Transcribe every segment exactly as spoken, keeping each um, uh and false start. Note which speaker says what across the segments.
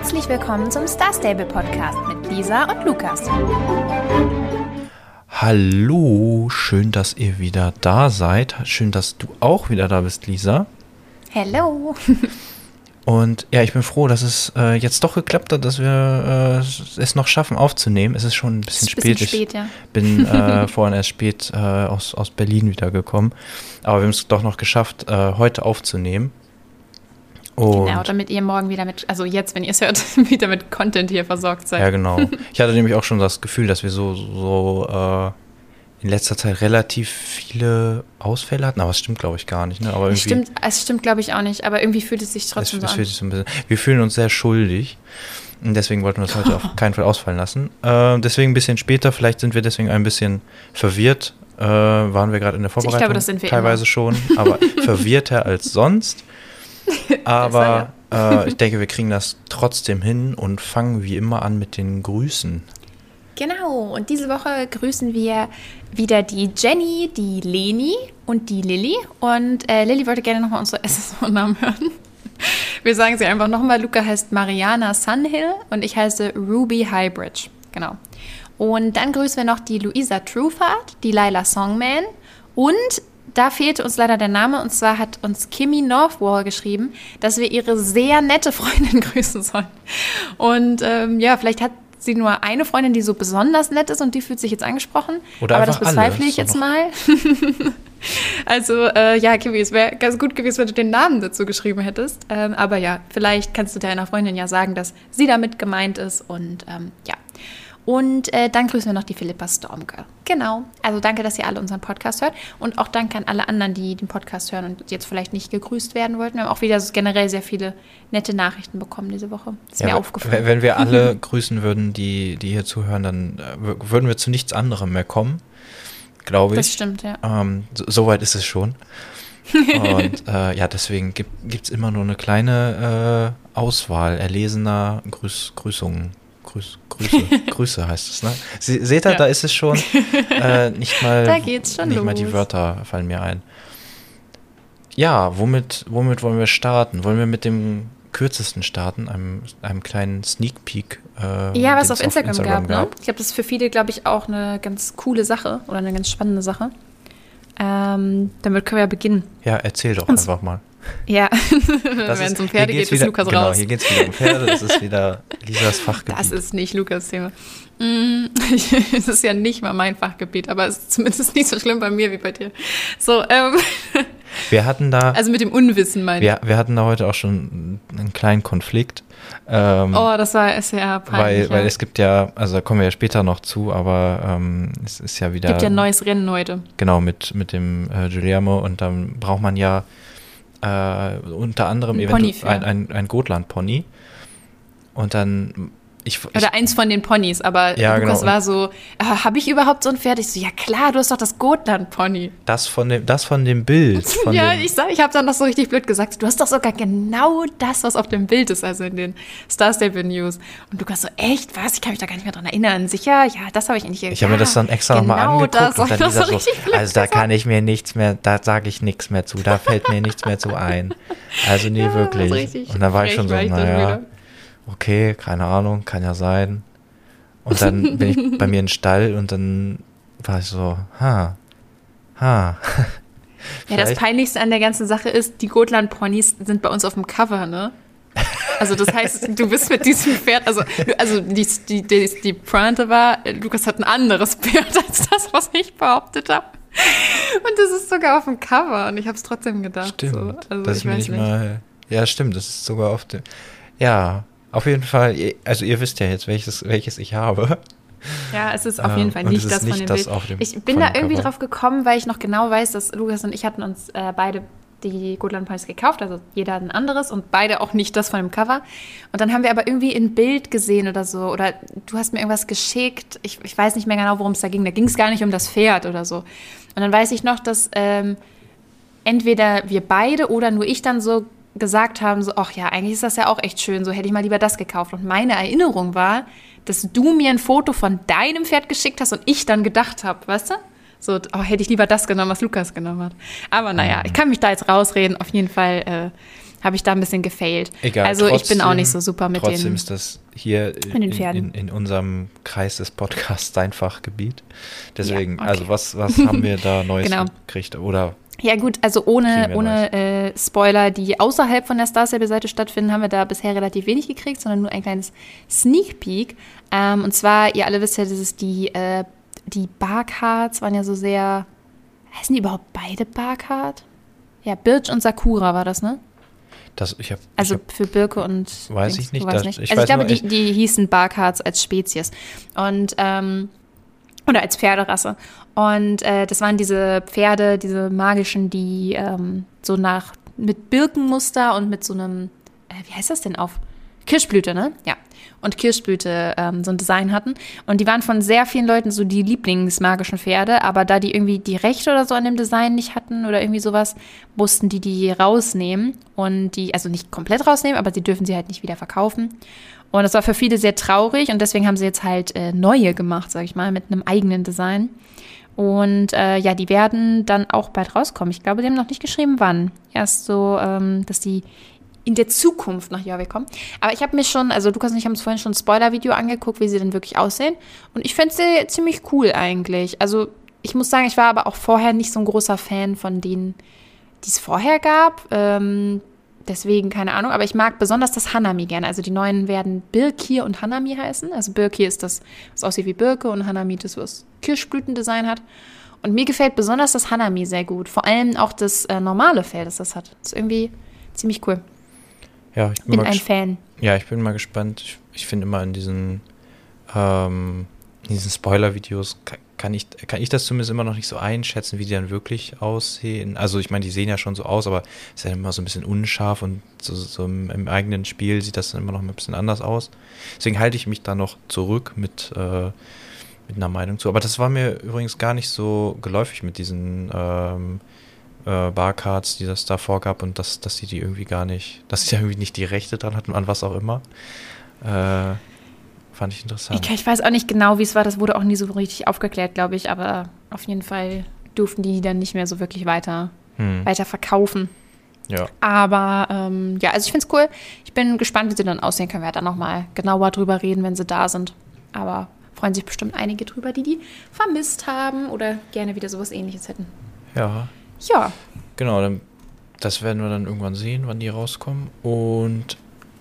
Speaker 1: Herzlich willkommen zum Star Stable Podcast mit Lisa und Lukas.
Speaker 2: Hallo, schön, dass ihr wieder da seid. Schön, dass du auch wieder da bist, Lisa.
Speaker 1: Hello.
Speaker 2: Und ja, ich bin froh, dass es äh, jetzt doch geklappt hat, dass wir äh, es noch schaffen aufzunehmen. Es ist schon ein bisschen
Speaker 1: ist ein bisschen
Speaker 2: spät.
Speaker 1: spät,
Speaker 2: ich
Speaker 1: ja.
Speaker 2: bin äh, vorhin erst spät äh, aus, aus Berlin wiedergekommen. Aber wir haben es doch noch geschafft, äh, heute aufzunehmen. Und
Speaker 1: genau, damit ihr morgen wieder mit, also jetzt, wenn ihr es hört, wieder mit Content hier versorgt seid.
Speaker 2: Ja, genau. Ich hatte nämlich auch schon das Gefühl, dass wir so, so äh, in letzter Zeit relativ viele Ausfälle hatten, aber es stimmt, glaube ich, gar nicht. Ne? Aber irgendwie,
Speaker 1: es stimmt, es stimmt, glaube ich, auch nicht, aber irgendwie fühlt es sich trotzdem
Speaker 2: es,
Speaker 1: so
Speaker 2: es
Speaker 1: an.
Speaker 2: fühlt sich so ein bisschen, wir fühlen uns sehr schuldig und deswegen wollten wir das heute auf keinen Fall ausfallen lassen. Äh, deswegen ein bisschen später, vielleicht sind wir deswegen ein bisschen verwirrt, äh, waren wir gerade in der Vorbereitung.
Speaker 1: Ich glaube, das sind wir
Speaker 2: teilweise
Speaker 1: immer.
Speaker 2: schon, aber verwirrter als sonst. Aber äh, ich denke, wir kriegen das trotzdem hin und fangen wie immer an mit den Grüßen.
Speaker 1: Genau, und diese Woche grüßen wir wieder die Jenny, die Leni und die Lilly. Und äh, Lilly wollte gerne nochmal unsere S S O-Namen hören. Wir sagen sie einfach nochmal. Luca heißt Mariana Sunhill und ich heiße Ruby Highbridge. Genau. Und dann grüßen wir noch die Luisa Truthart, die Laila Songman und da fehlte uns leider der Name, und zwar hat uns Kimmy Northwall geschrieben, dass wir ihre sehr nette Freundin grüßen sollen. Und ähm, ja, vielleicht hat sie nur eine Freundin, die so besonders nett ist und die fühlt sich jetzt angesprochen.
Speaker 2: Oder
Speaker 1: aber das
Speaker 2: einfach
Speaker 1: bezweifle
Speaker 2: alle.
Speaker 1: ich jetzt mal. Also äh, ja, Kimmy, es wäre ganz gut gewesen, wenn du den Namen dazu geschrieben hättest. Ähm, aber ja, vielleicht kannst du deiner Freundin ja sagen, dass sie damit gemeint ist. Und ähm, ja. Und äh, dann grüßen wir noch die Philippa Stormgirl. Genau. Also danke, dass ihr alle unseren Podcast hört. Und auch danke an alle anderen, die den Podcast hören und jetzt vielleicht nicht gegrüßt werden wollten. Wir haben auch wieder so generell sehr viele nette Nachrichten bekommen diese Woche. Ist
Speaker 2: ja,
Speaker 1: mir
Speaker 2: w-
Speaker 1: aufgefallen.
Speaker 2: Wenn wir alle grüßen würden, die, die hier zuhören, dann äh, w- würden wir zu nichts anderem mehr kommen, glaube ich.
Speaker 1: Das stimmt, ja.
Speaker 2: Ähm, so, so weit ist es schon. Und äh, ja, deswegen gibt es immer nur eine kleine äh, Auswahl erlesener Grüß, Grüßungen. Grüß, Grüße, Grüße heißt es, ne? Sie, seht ihr, ja. Da ist es schon äh, nicht mal,
Speaker 1: da geht's schon
Speaker 2: nicht
Speaker 1: los.
Speaker 2: mal die Wörter fallen mir ein. Ja, womit, womit wollen wir starten? Wollen wir mit dem kürzesten starten, einem, einem kleinen Sneak Peek? Äh,
Speaker 1: ja, was auf Instagram,
Speaker 2: auf Instagram
Speaker 1: gab,
Speaker 2: gab.
Speaker 1: ne? Ich glaube, das ist für viele, glaube ich, auch eine ganz coole Sache oder eine ganz spannende Sache. Ähm, damit können wir ja beginnen.
Speaker 2: Ja, erzähl doch
Speaker 1: Und
Speaker 2: einfach mal.
Speaker 1: Ja,
Speaker 2: Das
Speaker 1: wenn
Speaker 2: ist-
Speaker 1: es um Pferde
Speaker 2: hier geht's
Speaker 1: geht, ist
Speaker 2: wieder,
Speaker 1: Lukas
Speaker 2: genau,
Speaker 1: raus.
Speaker 2: hier geht es wieder um Pferde, das ist wieder Lisas Fachgebiet.
Speaker 1: Das ist nicht Lukas Thema. Mm, Es ist ja nicht mal mein Fachgebiet, aber es ist zumindest nicht so schlimm bei mir wie bei dir. So, ähm,
Speaker 2: wir hatten da,
Speaker 1: also mit dem Unwissen meine ich.
Speaker 2: wir, wir hatten da heute auch schon einen kleinen Konflikt. Ähm,
Speaker 1: Oh, das war sehr peinlich.
Speaker 2: Weil, weil
Speaker 1: ja.
Speaker 2: es gibt ja, also da kommen wir ja später noch zu, aber ähm, es ist ja wieder.
Speaker 1: gibt ja ein neues Rennen heute.
Speaker 2: Genau, mit, mit dem äh, Giuliano und dann braucht man ja äh, unter anderem
Speaker 1: Ein
Speaker 2: eventuell
Speaker 1: Pony für.
Speaker 2: ein, ein, ein Gotland-Pony. Und dann, ich, ich
Speaker 1: Oder eins von den Ponys, aber
Speaker 2: Ja,
Speaker 1: Lukas
Speaker 2: genau.
Speaker 1: war so, äh, habe ich überhaupt so ein Pferd? Ich so, ja klar, du hast doch das Gotland-Pony.
Speaker 2: das von dem, das von dem Bild. Von
Speaker 1: Ja,
Speaker 2: dem,
Speaker 1: ich sag, ich habe dann noch so richtig blöd gesagt, du hast doch sogar genau das, was auf dem Bild ist, also in den Star Stable News. Und Lukas so, echt, was? Ich kann mich da gar nicht mehr dran erinnern. Sicher? Ja, das habe ich nicht.
Speaker 2: ich habe mir das dann extra
Speaker 1: genau
Speaker 2: nochmal angeguckt
Speaker 1: das.
Speaker 2: und dann
Speaker 1: das
Speaker 2: Lisa
Speaker 1: so
Speaker 2: so,
Speaker 1: richtig blöd
Speaker 2: also da
Speaker 1: gesagt.
Speaker 2: kann ich mir nichts mehr, da sage ich nichts mehr zu, da fällt mir nichts mehr zu ein. Also nee,
Speaker 1: Ja,
Speaker 2: wirklich.
Speaker 1: so richtig
Speaker 2: Und dann war ich schon so,
Speaker 1: frech war ich dann
Speaker 2: naja,
Speaker 1: wieder.
Speaker 2: okay, keine Ahnung, kann ja sein. Und dann bin ich bei mir in den Stall und dann war ich so, ha, ha.
Speaker 1: Ja, das
Speaker 2: Vielleicht-
Speaker 1: Peinlichste an der ganzen Sache ist, die Gotland-Ponys sind bei uns auf dem Cover, ne? Also das heißt, du bist mit diesem Pferd, also, also die, die, die, die Pointe war, Lukas hat ein anderes Pferd als das, was ich behauptet habe. Und das ist sogar auf dem Cover und ich habe es trotzdem gedacht.
Speaker 2: Stimmt,
Speaker 1: So. Also
Speaker 2: das
Speaker 1: ich
Speaker 2: ist mir
Speaker 1: weiß
Speaker 2: nicht mal, ja stimmt, das ist sogar auf dem, ja, auf jeden Fall, also ihr wisst ja jetzt, welches, welches ich habe.
Speaker 1: Ja, es ist auf
Speaker 2: Ähm,
Speaker 1: jeden Fall
Speaker 2: und
Speaker 1: nicht
Speaker 2: es ist
Speaker 1: das von
Speaker 2: nicht
Speaker 1: dem
Speaker 2: das
Speaker 1: Bild.
Speaker 2: auf dem-
Speaker 1: Ich bin
Speaker 2: von
Speaker 1: da
Speaker 2: dem
Speaker 1: irgendwie
Speaker 2: Cover.
Speaker 1: drauf gekommen, weil ich noch genau weiß, dass Lukas und ich hatten uns äh, beide die Gotland Ponys gekauft, also jeder ein anderes und beide auch nicht das von dem Cover. Und dann haben wir aber irgendwie ein Bild gesehen oder so, oder du hast mir irgendwas geschickt, ich, ich weiß nicht mehr genau, worum es da ging, da ging es gar nicht um das Pferd oder so. Und dann weiß ich noch, dass ähm, entweder wir beide oder nur ich dann so gesagt haben, so, ach ja, eigentlich ist das ja auch echt schön, so hätte ich mal lieber das gekauft. Und meine Erinnerung war, dass du mir ein Foto von deinem Pferd geschickt hast und ich dann gedacht habe, weißt du? So, oh, hätte ich lieber das genommen, was Lukas genommen hat. Aber naja, ich kann mich da jetzt rausreden. Auf jeden Fall äh, habe ich da ein bisschen gefailt.
Speaker 2: Egal,
Speaker 1: also
Speaker 2: trotzdem,
Speaker 1: ich bin auch nicht so super mit
Speaker 2: trotzdem
Speaker 1: den
Speaker 2: ist das hier
Speaker 1: in, den
Speaker 2: in, in, in unserem Kreis des Podcasts dein Fachgebiet. Deswegen,
Speaker 1: ja, okay.
Speaker 2: also was, was haben wir da Neues
Speaker 1: genau.
Speaker 2: gekriegt? Oder
Speaker 1: ja gut, also ohne, ohne äh, Spoiler, die außerhalb von der Star Stable-Seite stattfinden, haben wir da bisher relativ wenig gekriegt, sondern nur ein kleines Sneak Peek. Ähm, und zwar, ihr alle wisst ja, das ist die, äh, die Barcards waren ja so sehr, heißen die überhaupt beide Barcard? Ja, Birch und Sakura war das, ne?
Speaker 2: Das, ich hab,
Speaker 1: also
Speaker 2: ich hab,
Speaker 1: für Birke und
Speaker 2: weiß
Speaker 1: Dings,
Speaker 2: ich nicht.
Speaker 1: Das,
Speaker 2: nicht.
Speaker 1: Ich
Speaker 2: also
Speaker 1: ich glaube,
Speaker 2: nur,
Speaker 1: die, die hießen Barcards als Spezies und ähm, oder als Pferderasse. Und äh, das waren diese Pferde, diese magischen, die ähm, so nach mit Birkenmuster und mit so einem, äh, wie heißt das denn auf? Kirschblüte, ne? Ja. Und Kirschblüte ähm, so ein Design hatten. Und die waren von sehr vielen Leuten so die Lieblingsmagischen Pferde, aber da die irgendwie die Rechte oder so an dem Design nicht hatten oder irgendwie sowas, mussten die die rausnehmen und die, also nicht komplett rausnehmen, aber sie dürfen sie halt nicht wieder verkaufen. Und das war für viele sehr traurig und deswegen haben sie jetzt halt äh, neue gemacht, sag ich mal, mit einem eigenen Design. Und äh, ja, die werden dann auch bald rauskommen. Ich glaube, die haben noch nicht geschrieben, wann. Erst so, ähm, dass die in der Zukunft nach Jorvik kommen. Aber ich habe mir schon, also Lukas und ich haben uns vorhin schon ein Spoiler-Video angeguckt, wie sie denn wirklich aussehen. Und ich finde sie ziemlich cool eigentlich. Also ich muss sagen, ich war aber auch vorher nicht so ein großer Fan von denen, die es vorher gab. Ähm, deswegen, keine Ahnung. Aber ich mag besonders das Hanami gerne. Also die neuen werden Birkir und Hanami heißen. Also Birkir ist das, was aussieht wie Birke, und Hanami das, was Kirschblütendesign hat. Und mir gefällt besonders das Hanami sehr gut. Vor allem auch das äh, normale Fell, das das hat. Das ist irgendwie ziemlich cool.
Speaker 2: Ja, ich bin,
Speaker 1: bin
Speaker 2: mal
Speaker 1: ein
Speaker 2: ges-
Speaker 1: Fan.
Speaker 2: Ja, ich bin mal gespannt. Ich, ich finde immer in diesen, ähm, in diesen Spoiler-Videos kann, kann, ich, kann ich das zumindest immer noch nicht so einschätzen, wie die dann wirklich aussehen. Also ich meine, die sehen ja schon so aus, aber es ist ja immer so ein bisschen unscharf und so, so im, im eigenen Spiel sieht das dann immer noch ein bisschen anders aus. Deswegen halte ich mich da noch zurück mit, äh, mit einer Meinung zu. Aber das war mir übrigens gar nicht so geläufig mit diesen ähm, äh, Barcards, die das da vorgab und dass, dass sie die irgendwie gar nicht, dass sie irgendwie nicht die Rechte dran hatten, an was auch immer. Äh, fand ich interessant.
Speaker 1: Ich, ich weiß auch nicht genau, wie es war. Das wurde auch nie so richtig aufgeklärt, glaube ich. Aber auf jeden Fall durften die dann nicht mehr so wirklich weiter, hm. weiter verkaufen.
Speaker 2: Ja.
Speaker 1: Aber ähm, ja, also ich finde es cool. Ich bin gespannt, wie sie dann aussehen. Können wir dann nochmal genauer drüber reden, wenn sie da sind. Aber freuen sich bestimmt einige drüber, die die vermisst haben oder gerne wieder sowas Ähnliches hätten.
Speaker 2: Ja.
Speaker 1: Ja.
Speaker 2: Genau, dann, das werden wir dann irgendwann sehen, wann die rauskommen. Und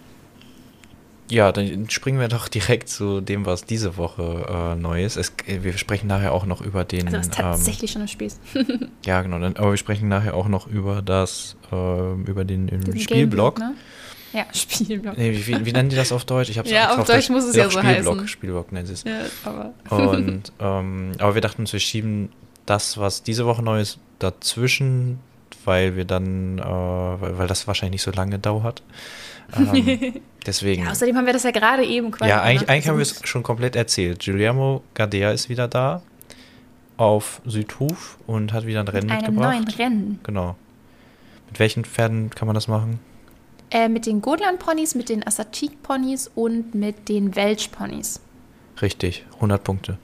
Speaker 2: ja, dann springen wir doch direkt zu dem, was diese Woche äh, neu ist. Es, wir sprechen nachher auch noch über den...
Speaker 1: Also was tatsächlich
Speaker 2: ähm,
Speaker 1: schon im Spiel ist.
Speaker 2: Ja, genau. Dann, aber wir sprechen nachher auch noch über das, äh, über den, den
Speaker 1: Gameblock,
Speaker 2: Spielblock.
Speaker 1: ne? Ja, Spielblock.
Speaker 2: Nee, wie, wie, wie nennen die das auf Deutsch? Ich hab's
Speaker 1: ja, auf Deutsch muss es ja so
Speaker 2: Spielblock,
Speaker 1: heißen.
Speaker 2: Spielblock nennen sie es.
Speaker 1: Ja, aber...
Speaker 2: Und, ähm, aber wir dachten uns, wir schieben das, was diese Woche neu ist, dazwischen, weil wir dann, äh, weil, weil das wahrscheinlich nicht so lange dauert. Ähm, deswegen.
Speaker 1: Ja, außerdem haben wir das ja gerade eben quasi.
Speaker 2: Ja, eigentlich, eigentlich haben wir
Speaker 1: es
Speaker 2: es schon komplett erzählt. Guillermo Gadea ist wieder da auf Südhof und hat wieder ein Rennen
Speaker 1: einem
Speaker 2: mitgebracht.
Speaker 1: neuen Rennen.
Speaker 2: Genau. Mit welchen Pferden kann man das machen?
Speaker 1: Äh, mit den Gotland-Ponys, mit den Asatik-Ponys und mit den Welch-Ponys.
Speaker 2: Richtig, hundert Punkte.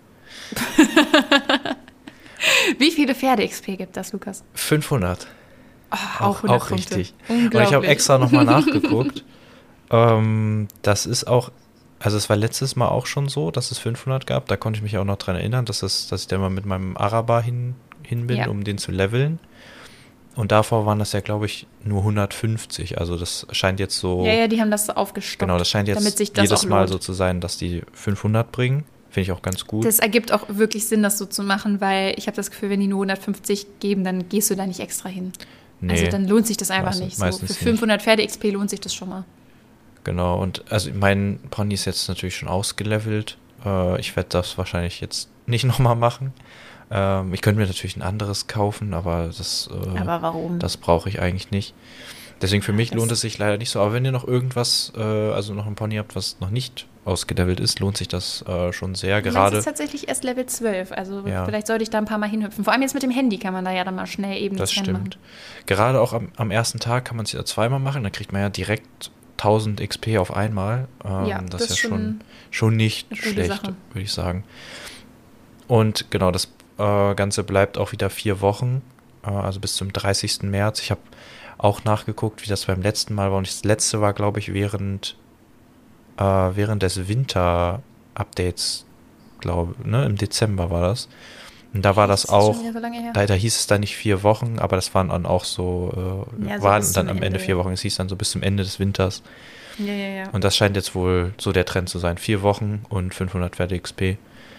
Speaker 1: Wie viele Pferde-X P gibt das, Lukas?
Speaker 2: fünfhundert.
Speaker 1: Oh,
Speaker 2: auch
Speaker 1: auch hundert
Speaker 2: auch
Speaker 1: Punkte.
Speaker 2: richtig. Und ich habe extra nochmal nachgeguckt. ähm, das ist auch, also es war letztes Mal auch schon so, dass es fünfhundert gab. Da konnte ich mich auch noch dran erinnern, dass, das, dass ich da mal mit meinem Araber hin, hin bin,
Speaker 1: ja.
Speaker 2: um den zu leveln. Und davor waren das ja, glaube ich, nur hundertfünfzig. Also das scheint jetzt so...
Speaker 1: Ja, ja, die haben das so aufgestockt.
Speaker 2: Genau, das scheint jetzt
Speaker 1: damit sich das
Speaker 2: jedes
Speaker 1: auch
Speaker 2: Mal
Speaker 1: lohnt.
Speaker 2: so zu sein, dass die fünfhundert bringen. Finde ich auch ganz gut.
Speaker 1: Das ergibt auch wirklich Sinn, das so zu machen, weil ich habe das Gefühl, wenn die nur hundertfünfzig geben, dann gehst du da nicht extra hin.
Speaker 2: Nee,
Speaker 1: also dann lohnt sich das einfach
Speaker 2: meistens,
Speaker 1: nicht. So,
Speaker 2: meistens
Speaker 1: für fünfhundert Pferde-X P lohnt sich das schon mal.
Speaker 2: Genau, und also mein Pony ist jetzt natürlich schon ausgelevelt. Äh, ich werde das wahrscheinlich jetzt nicht nochmal machen. Ähm, ich könnte mir natürlich ein anderes kaufen, aber das, äh,
Speaker 1: aber warum?
Speaker 2: das brauche ich eigentlich nicht. Deswegen für mich
Speaker 1: das
Speaker 2: lohnt es sich leider nicht so. Aber wenn ihr noch irgendwas, äh, also noch ein Pony habt, was noch nicht ausgelevelt ist, lohnt sich das äh, schon sehr. Gerade
Speaker 1: das ist tatsächlich erst Level zwölf, also
Speaker 2: ja.
Speaker 1: vielleicht sollte ich da ein paar Mal hinhüpfen. Vor allem jetzt mit dem Handy kann man da ja dann mal schnell eben
Speaker 2: das
Speaker 1: das
Speaker 2: stimmt.
Speaker 1: machen.
Speaker 2: Gerade auch am, am ersten Tag kann man es ja zweimal machen, dann kriegt man ja direkt tausend X P auf einmal. Ähm,
Speaker 1: Ja,
Speaker 2: das,
Speaker 1: das
Speaker 2: ist ja
Speaker 1: schon
Speaker 2: schon, schon nicht
Speaker 1: eine gute
Speaker 2: schlecht,
Speaker 1: Sache.
Speaker 2: würde ich sagen. Und genau, das äh, Ganze bleibt auch wieder vier Wochen, äh, also bis zum dreißigsten März. Ich habe auch nachgeguckt, wie das beim letzten Mal war. Und das letzte war, glaube ich, während, äh, während des Winter-Updates, glaube ich, ne? Im Dezember war das. Und da war das, das auch, so da, da hieß es dann nicht vier Wochen, aber das waren dann auch so, äh, ja, so waren dann am Ende, Ende vier Wochen. Es hieß dann so bis zum Ende des Winters.
Speaker 1: Ja, ja, ja.
Speaker 2: Und das scheint jetzt wohl so der Trend zu sein. Vier Wochen und fünfhundert Pferde X P.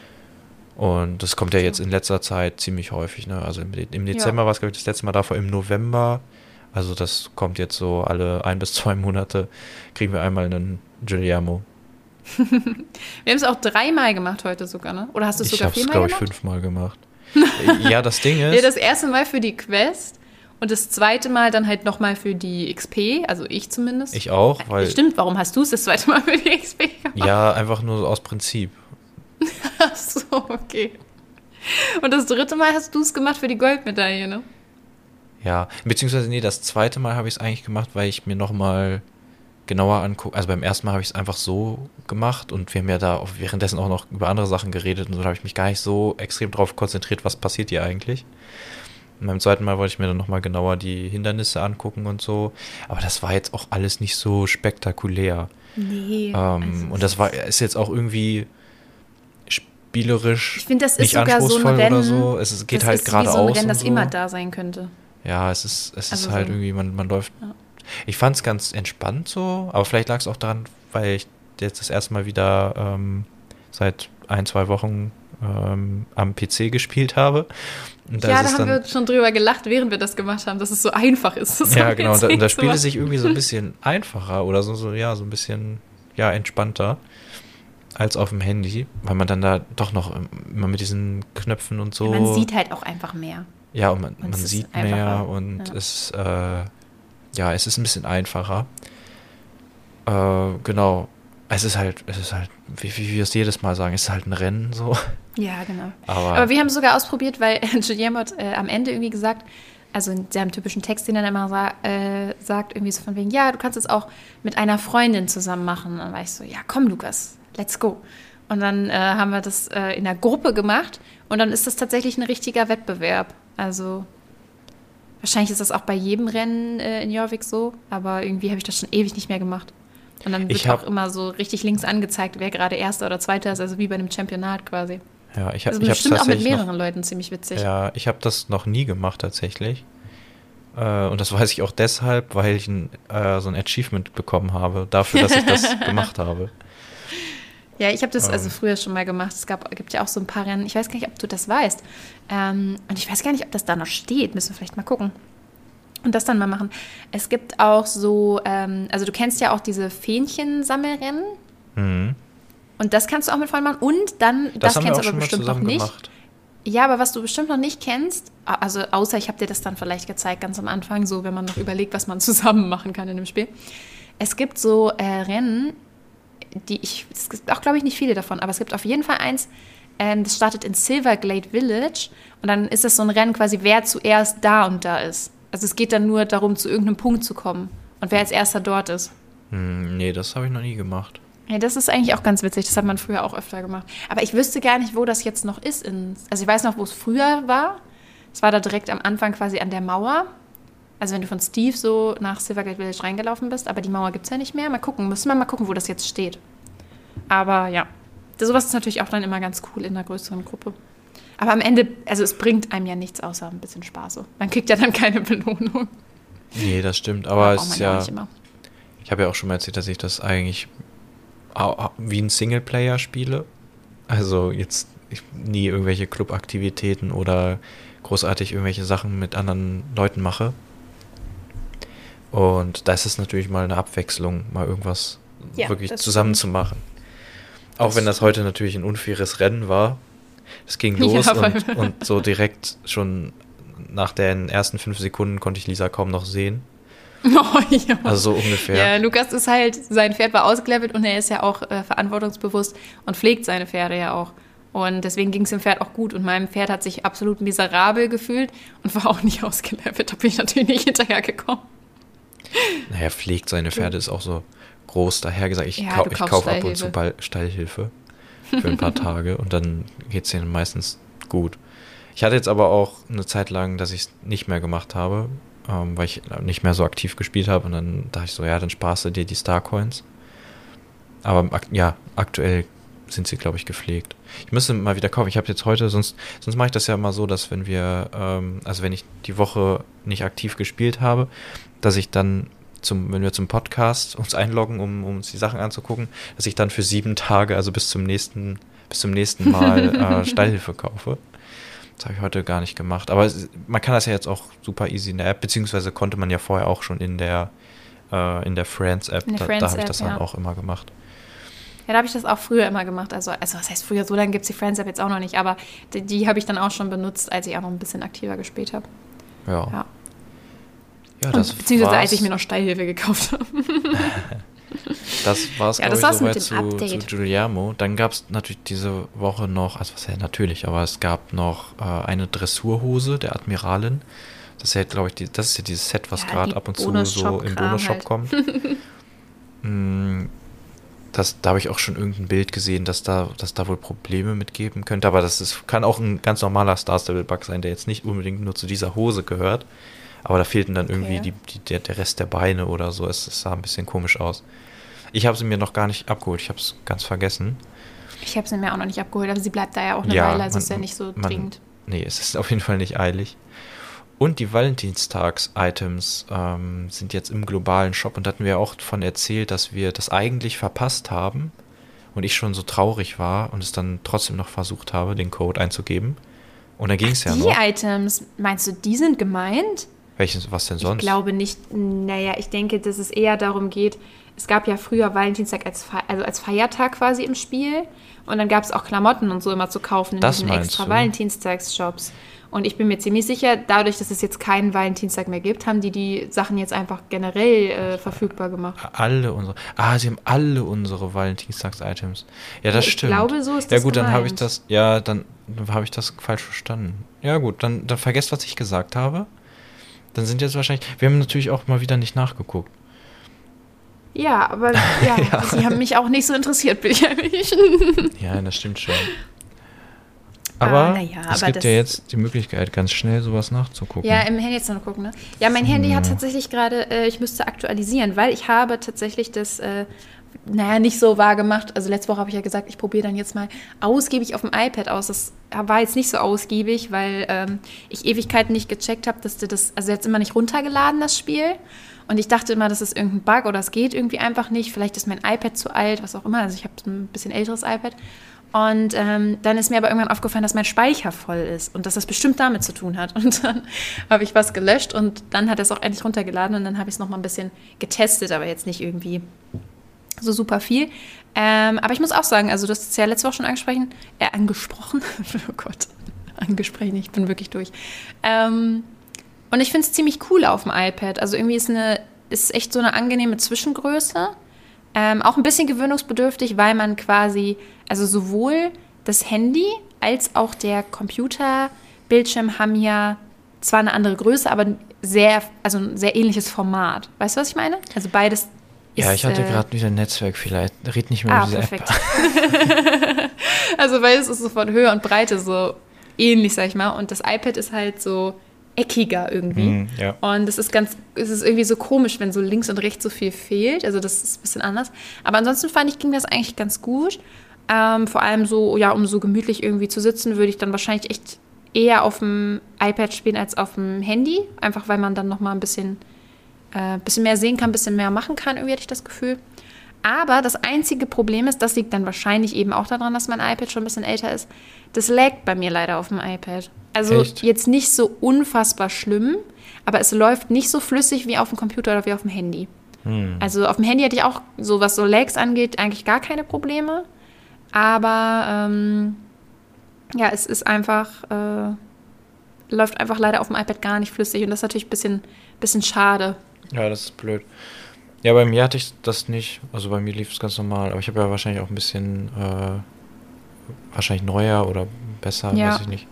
Speaker 2: Und das kommt ja jetzt in letzter Zeit ziemlich häufig. Ne? Also im, im Dezember ja. war es, glaube ich, das letzte Mal, davor im November. Also das kommt jetzt so alle ein bis zwei Monate, kriegen wir einmal einen Guillermo.
Speaker 1: Wir haben es auch dreimal gemacht heute sogar, ne? Oder hast du es sogar viermal gemacht?
Speaker 2: Ich habe es, glaube ich, fünfmal gemacht. Ja, das Ding ist...
Speaker 1: Ja, das erste Mal für die Quest und das zweite Mal dann halt nochmal für die X P, also ich zumindest.
Speaker 2: Ich auch, weil...
Speaker 1: Stimmt, warum hast du es das zweite Mal für die X P gemacht?
Speaker 2: Ja, einfach nur aus Prinzip.
Speaker 1: Ach so, okay. Und das dritte Mal hast du es gemacht für die Goldmedaille, ne?
Speaker 2: Ja, beziehungsweise nee, das zweite Mal habe ich es eigentlich gemacht, weil ich mir nochmal genauer angucke. Also beim ersten Mal habe ich es einfach so gemacht und wir haben ja da auch währenddessen auch noch über andere Sachen geredet und so, da habe ich mich gar nicht so extrem drauf konzentriert, was passiert hier eigentlich. Und beim zweiten Mal wollte ich mir dann nochmal genauer die Hindernisse angucken und so. Aber das war jetzt auch alles nicht so spektakulär.
Speaker 1: Nee.
Speaker 2: Ähm, also und das war ist jetzt auch irgendwie spielerisch
Speaker 1: ich finde, das ist
Speaker 2: nicht
Speaker 1: sogar
Speaker 2: anspruchsvoll
Speaker 1: so ein Rennen,
Speaker 2: oder so. Es ist, geht
Speaker 1: das
Speaker 2: halt
Speaker 1: ist
Speaker 2: geradeaus.
Speaker 1: So ein Rennen,
Speaker 2: und
Speaker 1: das
Speaker 2: so.
Speaker 1: immer da sein könnte.
Speaker 2: Ja, es ist, es
Speaker 1: also
Speaker 2: ist halt
Speaker 1: so.
Speaker 2: irgendwie, man, man läuft.
Speaker 1: Ja.
Speaker 2: Ich fand es ganz entspannt so, aber vielleicht lag es auch daran, weil ich jetzt das erste Mal wieder ähm, seit ein, zwei Wochen ähm, am P C gespielt habe. Und da
Speaker 1: ja,
Speaker 2: ist
Speaker 1: da haben
Speaker 2: dann,
Speaker 1: wir schon drüber gelacht, während wir das gemacht haben, dass es so einfach ist. Das
Speaker 2: ja, genau, und da, und da spielt es sich irgendwie so ein bisschen einfacher oder so, so, ja, so ein bisschen, ja, entspannter als auf dem Handy, weil man dann da doch noch immer mit diesen Knöpfen und so.
Speaker 1: Ja, man sieht halt auch einfach mehr.
Speaker 2: Ja, und man,
Speaker 1: und
Speaker 2: man sieht mehr und ja. es, äh, ja, es ist ein bisschen einfacher. Äh, genau. Es ist halt, es ist halt, wie, wie wir es jedes Mal sagen, es ist halt ein Rennen so.
Speaker 1: Ja, genau.
Speaker 2: Aber,
Speaker 1: Aber wir haben es sogar ausprobiert, weil Guillermo hat äh, am Ende irgendwie gesagt, also in seinem typischen Text, den er dann immer sa- äh, sagt, irgendwie so von wegen, ja, du kannst es auch mit einer Freundin zusammen machen. Und dann war ich so, ja, komm, Lukas, let's go. Und dann äh, haben wir das äh, in der Gruppe gemacht und dann ist das tatsächlich ein richtiger Wettbewerb. Also wahrscheinlich ist das auch bei jedem Rennen äh, in Jorvik so, aber irgendwie habe ich das schon ewig nicht mehr gemacht. Und dann wird
Speaker 2: hab,
Speaker 1: auch immer so richtig links angezeigt, wer gerade Erster oder Zweiter ist, also wie bei einem Championat quasi.
Speaker 2: Ja, ich habe
Speaker 1: also bestimmt auch mit mehreren noch, Leuten ziemlich witzig.
Speaker 2: Ja, ich habe das noch nie gemacht tatsächlich. Äh, und das weiß ich auch deshalb, weil ich ein, äh, so ein Achievement bekommen habe, dafür, dass ich das gemacht habe.
Speaker 1: Ja, ich habe das also früher schon mal gemacht. Es gab, gibt ja auch so ein paar Rennen. Ich weiß gar nicht, ob du das weißt. Ähm, und ich weiß gar nicht, ob das da noch steht. Müssen wir vielleicht mal gucken. Und das dann mal machen. Es gibt auch so, ähm, also du kennst ja auch diese Fähnchensammelrennen.
Speaker 2: Mhm.
Speaker 1: Und das kannst du auch mit Freunden machen. Und dann, das, das kennst du aber bestimmt noch nicht.
Speaker 2: Gemacht.
Speaker 1: Ja, aber was du bestimmt noch nicht kennst, also außer ich habe dir das dann vielleicht gezeigt, ganz am Anfang, so wenn man noch überlegt, was man zusammen machen kann in dem Spiel. Es gibt so äh, Rennen, die ich, es gibt auch, glaube ich, nicht viele davon, aber es gibt auf jeden Fall eins, ähm, das startet in Silverglade Village und dann ist das so ein Rennen quasi, wer zuerst da und da ist. Also es geht dann nur darum, zu irgendeinem Punkt zu kommen und wer als erster dort ist.
Speaker 2: Hm, nee, das habe ich noch nie gemacht.
Speaker 1: Ja, das ist eigentlich auch ganz witzig, das hat man früher auch öfter gemacht. Aber ich wüsste gar nicht, wo das jetzt noch ist. In, also ich weiß noch, wo es früher war. Es war da direkt am Anfang quasi an der Mauer. Also wenn du von Steve so nach Silverglade Village reingelaufen bist, aber die Mauer gibt es ja nicht mehr. Mal gucken, müssen wir mal gucken, wo das jetzt steht. Aber ja, sowas ist natürlich auch dann immer ganz cool in einer größeren Gruppe. Aber am Ende, also es bringt einem ja nichts außer ein bisschen Spaß. So. Man kriegt ja dann keine Belohnung.
Speaker 2: Nee, das stimmt. Aber es ist ja,
Speaker 1: nicht immer.
Speaker 2: Ich habe ja auch schon mal erzählt, dass ich das eigentlich wie ein Singleplayer spiele. Also jetzt nie irgendwelche Clubaktivitäten oder großartig irgendwelche Sachen mit anderen Leuten mache. Und da ist es natürlich mal eine Abwechslung, mal irgendwas ja, wirklich zusammen stimmt. zu machen. Auch das wenn das heute natürlich ein unfaires Rennen war. Es ging los ja, und, und so direkt schon nach den ersten fünf Sekunden konnte ich Lisa kaum noch sehen.
Speaker 1: Oh, ja.
Speaker 2: Also so ungefähr.
Speaker 1: Ja, Lukas ist halt, sein Pferd war ausgelevelt und er ist ja auch äh, verantwortungsbewusst und pflegt seine Pferde ja auch. Und deswegen ging es dem Pferd auch gut. Und meinem Pferd hat sich absolut miserabel gefühlt und war auch nicht ausgelevelt. Da bin ich natürlich nicht hinterhergekommen.
Speaker 2: Naja, pflegt seine Pferde ist auch so groß daher gesagt. Ich,
Speaker 1: ja,
Speaker 2: kau- ich kaufe ab und zu Ball- Stallhilfe für ein paar Tage und dann geht es denen meistens gut. Ich hatte jetzt aber auch eine Zeit lang, dass ich es nicht mehr gemacht habe. ähm, weil ich nicht mehr so aktiv gespielt habe. Und dann dachte ich so, ja, dann sparst du dir die Star-Coins. Aber ak- ja, aktuell sind sie, glaube ich, gepflegt. Ich müsste mal wieder kaufen. Ich habe jetzt heute, sonst, sonst mache ich das ja immer so, dass wenn wir, ähm, also wenn ich die Woche nicht aktiv gespielt habe, dass ich dann, zum, wenn wir zum Podcast uns einloggen, um, um uns die Sachen anzugucken, dass ich dann für sieben Tage, also bis zum nächsten, bis zum nächsten Mal äh, Steilhilfe kaufe. Das habe ich heute gar nicht gemacht. Aber es, man kann das ja jetzt auch super easy in der App, beziehungsweise konnte man ja vorher auch schon in der, äh, in der Friends-App.
Speaker 1: In der
Speaker 2: da
Speaker 1: Friends
Speaker 2: da habe ich das
Speaker 1: App,
Speaker 2: dann
Speaker 1: ja.
Speaker 2: auch immer gemacht.
Speaker 1: Ja, da habe ich das auch früher immer gemacht. Also, also was heißt früher? So lange gibt es die Friends-App jetzt auch noch nicht. Aber die, die habe ich dann auch schon benutzt, als ich auch noch ein bisschen aktiver gespielt habe.
Speaker 2: Ja.
Speaker 1: Ja.
Speaker 2: Ja,
Speaker 1: Und,
Speaker 2: das
Speaker 1: beziehungsweise
Speaker 2: war's.
Speaker 1: als ich mir noch Steilhilfe gekauft habe.
Speaker 2: Das war es,
Speaker 1: Ja,
Speaker 2: glaube
Speaker 1: das
Speaker 2: ich,
Speaker 1: war's
Speaker 2: soweit
Speaker 1: mit
Speaker 2: zu,
Speaker 1: dem
Speaker 2: zu
Speaker 1: Update.
Speaker 2: Giuliano. Dann gab es natürlich diese Woche noch, also was ja natürlich, aber es gab noch äh, eine Dressurhose der Admiralin. Das ist ja, glaube ich, die, das ist ja dieses Set, was
Speaker 1: Ja,
Speaker 2: gerade
Speaker 1: die
Speaker 2: ab und zu so
Speaker 1: Bonus-Shop-Kram
Speaker 2: im Bonus-Shop
Speaker 1: halt.
Speaker 2: kommt. Mm, das, da habe ich auch schon irgendein Bild gesehen, dass da, dass da wohl Probleme mitgeben könnte. Aber das ist, kann auch ein ganz normaler Star Stable Bug sein, der jetzt nicht unbedingt nur zu dieser Hose gehört. Aber da fehlten dann irgendwie
Speaker 1: Okay.
Speaker 2: die, die, der, der Rest der Beine oder so. Es, es sah ein bisschen komisch aus. Ich habe sie mir noch gar nicht abgeholt. Ich habe es ganz vergessen.
Speaker 1: Ich habe sie mir auch noch nicht abgeholt, aber sie bleibt da ja auch eine
Speaker 2: Ja,
Speaker 1: Weile, also
Speaker 2: man-
Speaker 1: ist ja nicht so
Speaker 2: man-
Speaker 1: dringend.
Speaker 2: Nee, es ist auf jeden Fall nicht eilig. Und die Valentinstags-Items ähm, sind jetzt im globalen Shop. Und da hatten wir auch davon erzählt, dass wir das eigentlich verpasst haben. Und ich schon so traurig war und es dann trotzdem noch versucht habe, den Code einzugeben. Und da ging es ja
Speaker 1: Die
Speaker 2: noch.
Speaker 1: Items, meinst du, die sind gemeint?
Speaker 2: Welches, was denn sonst?
Speaker 1: Ich glaube nicht. Naja, ich denke, dass es eher darum geht, es gab ja früher Valentinstag als, Fe also als Feiertag quasi im Spiel. Und dann gab es auch Klamotten und so immer zu kaufen in
Speaker 2: Das
Speaker 1: diesen
Speaker 2: meinst
Speaker 1: extra
Speaker 2: du?
Speaker 1: Valentinstags-Shops. Und ich bin mir ziemlich sicher, dadurch, dass es jetzt keinen Valentinstag mehr gibt, haben die die Sachen jetzt einfach generell äh, verfügbar gemacht.
Speaker 2: Alle unsere. Ah, sie haben alle unsere Valentinstags-Items. Ja, das
Speaker 1: Ich
Speaker 2: stimmt.
Speaker 1: glaube, so ist
Speaker 2: Ja
Speaker 1: das
Speaker 2: gut, dann habe ich
Speaker 1: gemeint.
Speaker 2: das. Ja, dann, dann habe ich das falsch verstanden. Ja gut, dann, dann vergesst, was ich gesagt habe. Dann sind jetzt wahrscheinlich. Wir haben natürlich auch mal wieder nicht nachgeguckt.
Speaker 1: Ja, aber ja,
Speaker 2: Ja.
Speaker 1: sie haben mich auch nicht so interessiert, bin ich ehrlich.
Speaker 2: Ja, das stimmt schon. Aber
Speaker 1: Ah, na ja,
Speaker 2: es
Speaker 1: aber
Speaker 2: gibt
Speaker 1: das-
Speaker 2: ja jetzt die Möglichkeit, ganz schnell sowas nachzugucken.
Speaker 1: Ja, im Handy jetzt noch gucken, ne? Ja, mein Handy hat
Speaker 2: Ja.
Speaker 1: tatsächlich gerade, äh, ich müsste aktualisieren, weil ich habe tatsächlich das, äh, naja, nicht so wahr gemacht. Also letzte Woche habe ich ja gesagt, ich probiere dann jetzt mal ausgiebig auf dem iPad aus. Das war jetzt nicht so ausgiebig, weil ähm, ich Ewigkeiten nicht gecheckt habe, dass du das, also jetzt immer nicht runtergeladen, das Spiel. Und ich dachte immer, das ist irgendein Bug oder es geht irgendwie einfach nicht. Vielleicht ist mein iPad zu alt, was auch immer. Also ich habe ein bisschen älteres iPad. Und ähm, dann ist mir aber irgendwann aufgefallen, dass mein Speicher voll ist und dass das bestimmt damit zu tun hat. Und dann habe ich was gelöscht und dann hat er es auch endlich runtergeladen und dann habe ich es nochmal ein bisschen getestet, aber jetzt nicht irgendwie so super viel. Ähm, aber ich muss auch sagen, also du hast es ja letzte Woche schon angesprochen, äh, angesprochen, oh Gott, angesprochen, ich bin wirklich durch. Ähm, und ich finde es ziemlich cool auf dem iPad. Also irgendwie ist eine, ist echt so eine angenehme Zwischengröße. Ähm, auch ein bisschen gewöhnungsbedürftig, weil man quasi, also sowohl das Handy als auch der Computerbildschirm haben ja zwar eine andere Größe, aber sehr, also ein sehr ähnliches Format. Weißt du, was ich meine? Also beides ist...
Speaker 2: Ja, ich hatte
Speaker 1: äh,
Speaker 2: gerade wieder ein Netzwerkfehler. Red nicht mehr
Speaker 1: Ah,
Speaker 2: über diese
Speaker 1: perfekt.
Speaker 2: App.
Speaker 1: Also weil es ist so von Höhe und Breite so ähnlich, sag ich mal. Und das iPad ist halt so eckiger irgendwie.
Speaker 2: Mhm, ja.
Speaker 1: Und es ist ganz, es ist irgendwie so komisch, wenn so links und rechts so viel fehlt. Also das ist ein bisschen anders. Aber ansonsten fand ich, ging das eigentlich ganz gut. Ähm, vor allem so, ja, um so gemütlich irgendwie zu sitzen, würde ich dann wahrscheinlich echt eher auf dem iPad spielen als auf dem Handy. Einfach weil man dann nochmal ein bisschen, äh, bisschen mehr sehen kann, ein bisschen mehr machen kann, irgendwie hatte ich das Gefühl. Aber das einzige Problem ist, das liegt dann wahrscheinlich eben auch daran, dass mein iPad schon ein bisschen älter ist, das laggt bei mir leider auf dem iPad. Also
Speaker 2: Echt?
Speaker 1: jetzt nicht so unfassbar schlimm, aber es läuft nicht so flüssig wie auf dem Computer oder wie auf dem Handy.
Speaker 2: Hm.
Speaker 1: Also auf dem Handy hatte ich auch, so was so Lags angeht, eigentlich gar keine Probleme. Aber ähm, ja, es ist einfach, äh, läuft einfach leider auf dem iPad gar nicht flüssig und das ist natürlich ein bisschen, bisschen schade.
Speaker 2: Ja, das ist blöd. Ja, bei mir hatte ich das nicht. Also bei mir lief es ganz normal. Aber ich habe ja wahrscheinlich auch ein bisschen äh, wahrscheinlich neuer oder besser,
Speaker 1: Ja.
Speaker 2: weiß ich nicht.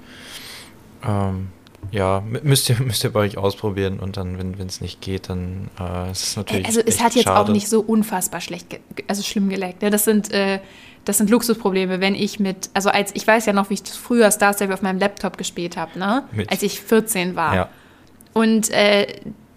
Speaker 2: Ähm, ja, m- müsst ihr, müsst ihr bei euch ausprobieren und dann, wenn es nicht geht, dann äh, ist es natürlich
Speaker 1: Also es
Speaker 2: echt
Speaker 1: hat jetzt
Speaker 2: schade.
Speaker 1: auch nicht so unfassbar schlecht, ge also schlimm gelaggt. Ne? Das sind, äh, das sind Luxusprobleme, wenn ich mit, also als, ich weiß ja noch, wie ich früher Star Stable auf meinem Laptop gespielt habe, ne?
Speaker 2: Mit-
Speaker 1: Als ich vierzehn war.
Speaker 2: Ja,
Speaker 1: Und äh,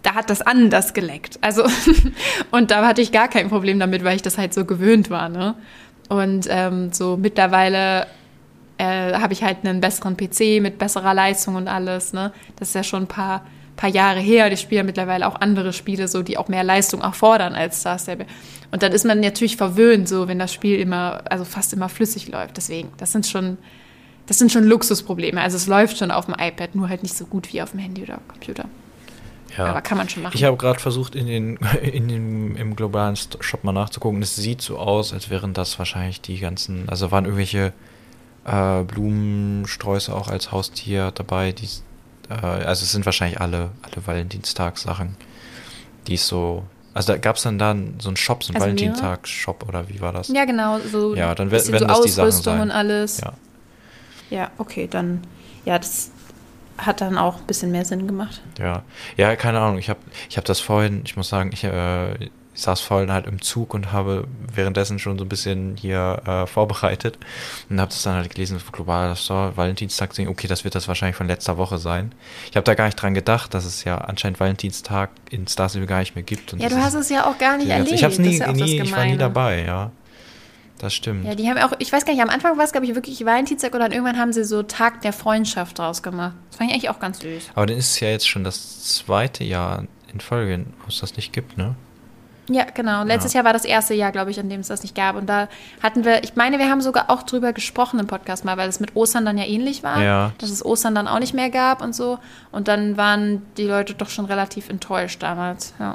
Speaker 1: da hat das anders geleckt. Also, und da hatte ich gar kein Problem damit, weil ich das halt so gewöhnt war, ne? Und ähm, so mittlerweile äh, habe ich halt einen besseren P C mit besserer Leistung und alles, ne? Das ist ja schon ein paar, paar Jahre her. Ich spiele ja mittlerweile auch andere Spiele, so, die auch mehr Leistung erfordern als Star Stable. Und dann ist man natürlich verwöhnt, so, wenn das Spiel immer, also fast immer flüssig läuft. Deswegen, das sind schon, das sind schon Luxusprobleme. Also es läuft schon auf dem iPad, nur halt nicht so gut wie auf dem Handy oder Computer.
Speaker 2: Ja.
Speaker 1: Aber kann man schon machen.
Speaker 2: Ich habe gerade versucht, in den, in den, im globalen Shop mal nachzugucken. Es sieht so aus, als wären das wahrscheinlich die ganzen, also waren irgendwelche äh, Blumensträuße auch als Haustier dabei. Die, äh, also es sind wahrscheinlich alle, alle Valentinstagssachen, die es so, also da gab es dann da so einen Shop, so einen
Speaker 1: Also
Speaker 2: Valentinstags-Shop oder wie war das?
Speaker 1: Ja, genau. So
Speaker 2: ja, dann
Speaker 1: bisschen
Speaker 2: werden
Speaker 1: so
Speaker 2: das die Sachen
Speaker 1: Ausrüstung
Speaker 2: sein.
Speaker 1: und alles.
Speaker 2: Ja.
Speaker 1: Ja, okay, dann, ja, das hat dann auch ein bisschen mehr Sinn gemacht.
Speaker 2: Ja, ja, keine Ahnung. Ich habe ich hab das vorhin, ich muss sagen, ich, äh, ich saß vorhin halt im Zug und habe währenddessen schon so ein bisschen hier äh, vorbereitet und habe das dann halt gelesen, globaler Store, Valentinstag, okay, das wird das wahrscheinlich von letzter Woche sein. Ich habe da gar nicht dran gedacht, dass es ja anscheinend Valentinstag in Star Stable gar nicht mehr gibt. Und
Speaker 1: ja, du hast es ja auch gar nicht erlebt.
Speaker 2: Ich hab's nie,
Speaker 1: ja
Speaker 2: nie ich war nie dabei, ja. Das stimmt.
Speaker 1: Ja, die haben auch, ich weiß gar nicht, am Anfang war es, glaube ich, wirklich Valentinstag und dann irgendwann haben sie so Tag der Freundschaft draus gemacht. Das fand ich eigentlich auch ganz süß.
Speaker 2: Aber dann ist es ja jetzt schon das zweite Jahr in Folge, wo es das nicht gibt, ne?
Speaker 1: Ja, genau. Letztes ja. Jahr war das erste Jahr, glaube ich, an dem es das nicht gab. Und da hatten wir, ich meine, wir haben sogar auch drüber gesprochen im Podcast mal, weil es mit Ostern dann ja ähnlich war.
Speaker 2: Ja.
Speaker 1: Dass es Ostern dann auch nicht mehr gab und so. Und dann waren die Leute doch schon relativ enttäuscht damals. Ja.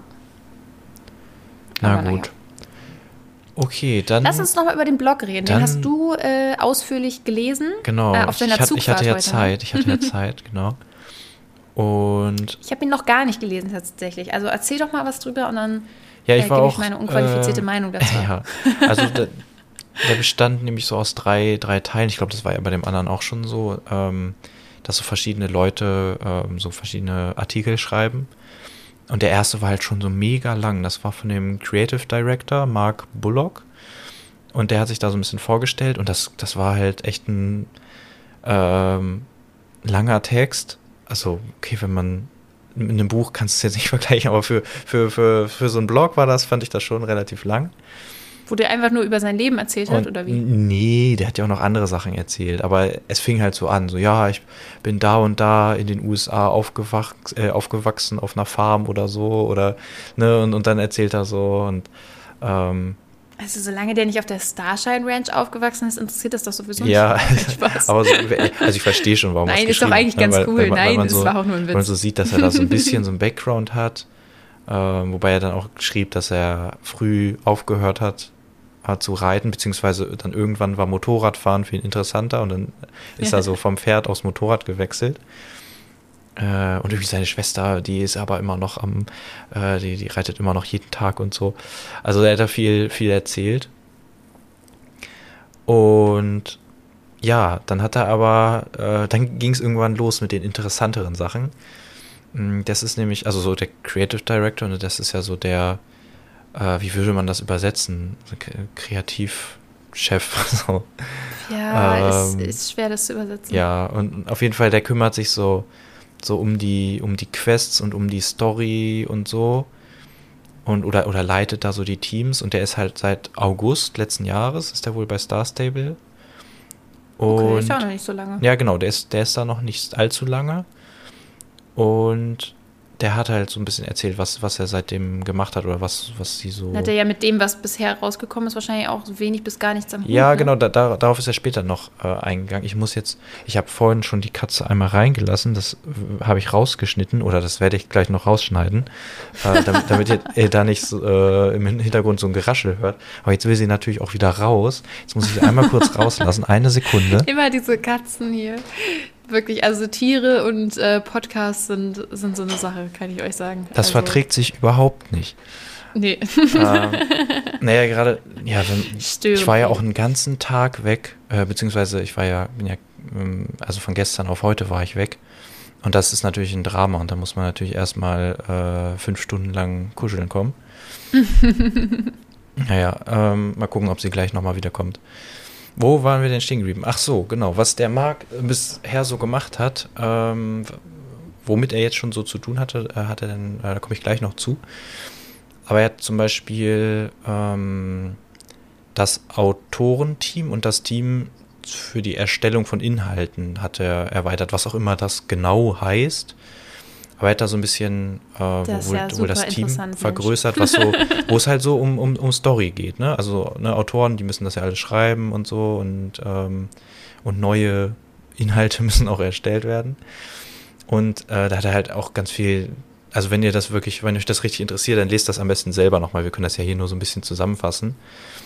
Speaker 2: Na
Speaker 1: Aber
Speaker 2: gut.
Speaker 1: Naja.
Speaker 2: Okay, dann...
Speaker 1: Lass uns nochmal über den Blog reden.
Speaker 2: Dann,
Speaker 1: den hast du äh, ausführlich gelesen.
Speaker 2: Genau.
Speaker 1: Äh, auf deiner
Speaker 2: ich, hatte,
Speaker 1: Zugfahrt
Speaker 2: ich hatte ja
Speaker 1: heute,
Speaker 2: Zeit.
Speaker 1: Ne?
Speaker 2: Ich hatte ja Zeit, genau. Und...
Speaker 1: Ich habe ihn noch gar nicht gelesen tatsächlich. Also erzähl doch mal was drüber und dann
Speaker 2: ja, ich
Speaker 1: äh,
Speaker 2: war
Speaker 1: gebe
Speaker 2: auch,
Speaker 1: ich meine unqualifizierte
Speaker 2: äh,
Speaker 1: Meinung dazu.
Speaker 2: Ja, also der, der bestand nämlich so aus drei, drei Teilen. Ich glaube, das war ja bei dem anderen auch schon so, ähm, dass so verschiedene Leute ähm, so verschiedene Artikel schreiben. Und der erste war halt schon so mega lang. Das war von dem Creative Director Mark Bullock. Und der hat sich da so ein bisschen vorgestellt. Und das, das war halt echt ein ähm, langer Text. Also, okay, wenn man in einem Buch kannst du es jetzt nicht vergleichen, aber für, für, für, für so einen Blog war das, fand ich das schon relativ lang.
Speaker 1: Wo der einfach nur über sein Leben erzählt hat,
Speaker 2: Und
Speaker 1: oder wie?
Speaker 2: Nee, der hat ja auch noch andere Sachen erzählt. Aber es fing halt so an, so ja, ich bin da und da in den U S A aufgewach, äh, aufgewachsen auf einer Farm oder so. Oder, ne, und, und dann erzählt er so und ähm,
Speaker 1: also solange der nicht auf der Starshine Ranch aufgewachsen ist, interessiert das doch sowieso nicht.
Speaker 2: Ja,
Speaker 1: Spaß.
Speaker 2: aber so, also ich verstehe schon, warum
Speaker 1: Nein,
Speaker 2: er es
Speaker 1: ist doch
Speaker 2: geschrieben
Speaker 1: eigentlich
Speaker 2: hat,
Speaker 1: ganz
Speaker 2: weil,
Speaker 1: cool.
Speaker 2: weil, weil
Speaker 1: Nein,
Speaker 2: man
Speaker 1: es
Speaker 2: so,
Speaker 1: war auch nur ein Witz.
Speaker 2: weil man so sieht, dass er da so ein bisschen so ein Background hat, äh, wobei er dann auch schrieb, dass er früh aufgehört hat, hat zu reiten, beziehungsweise dann irgendwann war Motorradfahren für ihn interessanter und dann ist er so vom Pferd aufs Motorrad gewechselt. Äh, und irgendwie seine Schwester, die ist aber immer noch am, äh, die, die reitet immer noch jeden Tag und so. Also er hat da viel, viel erzählt. Und ja, dann hat er aber, äh, dann ging es irgendwann los mit den interessanteren Sachen. Das ist nämlich, also so der Creative Director, und das ist ja so der, äh, wie würde man das übersetzen? Kreativchef. So.
Speaker 1: Ja,
Speaker 2: ähm,
Speaker 1: ist, ist schwer, das zu übersetzen.
Speaker 2: Ja, und auf jeden Fall, der kümmert sich so, so um die, um die Quests und um die Story und so. Und, oder, oder leitet da so die Teams. Und der ist halt seit August letzten Jahres, ist der wohl bei Star Stable. Und,
Speaker 1: okay, ist auch noch nicht so lange.
Speaker 2: Ja, genau, der ist, der ist da noch nicht allzu lange. Und der hat halt so ein bisschen erzählt, was, was er seitdem gemacht hat oder was, was sie so...
Speaker 1: Hat er ja mit dem, was bisher rausgekommen ist, wahrscheinlich auch wenig bis gar nichts am Hut.
Speaker 2: Ja,
Speaker 1: ne?
Speaker 2: genau, da, da, darauf ist er später noch äh, eingegangen. Ich muss jetzt, ich habe vorhin schon die Katze einmal reingelassen, das äh, habe ich rausgeschnitten oder das werde ich gleich noch rausschneiden, äh, damit, damit ihr äh, da nicht so, äh, im Hintergrund so ein Geraschel hört. Aber jetzt will sie natürlich auch wieder raus. Jetzt muss ich sie einmal kurz rauslassen, eine Sekunde.
Speaker 1: Immer diese Katzen hier. Wirklich, also Tiere und äh, Podcasts sind, sind so eine Sache, kann ich euch sagen.
Speaker 2: Das
Speaker 1: also,
Speaker 2: verträgt sich überhaupt nicht.
Speaker 1: Nee.
Speaker 2: ähm, naja, gerade, ja, wenn,
Speaker 1: Stören.
Speaker 2: ich war ja auch einen ganzen Tag weg, äh, beziehungsweise ich war ja, bin ja, ähm, also von gestern auf heute war ich weg. Und das ist natürlich ein Drama und da muss man natürlich erstmal äh, fünf Stunden lang kuscheln kommen. Naja, ähm, mal gucken, ob sie gleich nochmal wiederkommt. Wo waren wir denn stehen geblieben? Ach so, genau. Was der Marc bisher so gemacht hat, ähm, womit er jetzt schon so zu tun hatte, äh, hatte dann, äh, da komme ich gleich noch zu. Aber er hat zum Beispiel ähm, das Autorenteam und das Team für die Erstellung von Inhalten hat er erweitert, was auch immer das genau heißt. Aber er hat da so ein bisschen äh, wo,
Speaker 1: ja
Speaker 2: wo das Team
Speaker 1: Mensch.
Speaker 2: vergrößert, was so, wo es halt so um, um, um Story geht, ne? Also ne, Autoren, die müssen das ja alles schreiben und so und, ähm, und neue Inhalte müssen auch erstellt werden. Und äh, da hat er halt auch ganz viel, also wenn ihr das wirklich, wenn euch das richtig interessiert, dann lest das am besten selber nochmal. Wir können das ja hier nur so ein bisschen zusammenfassen.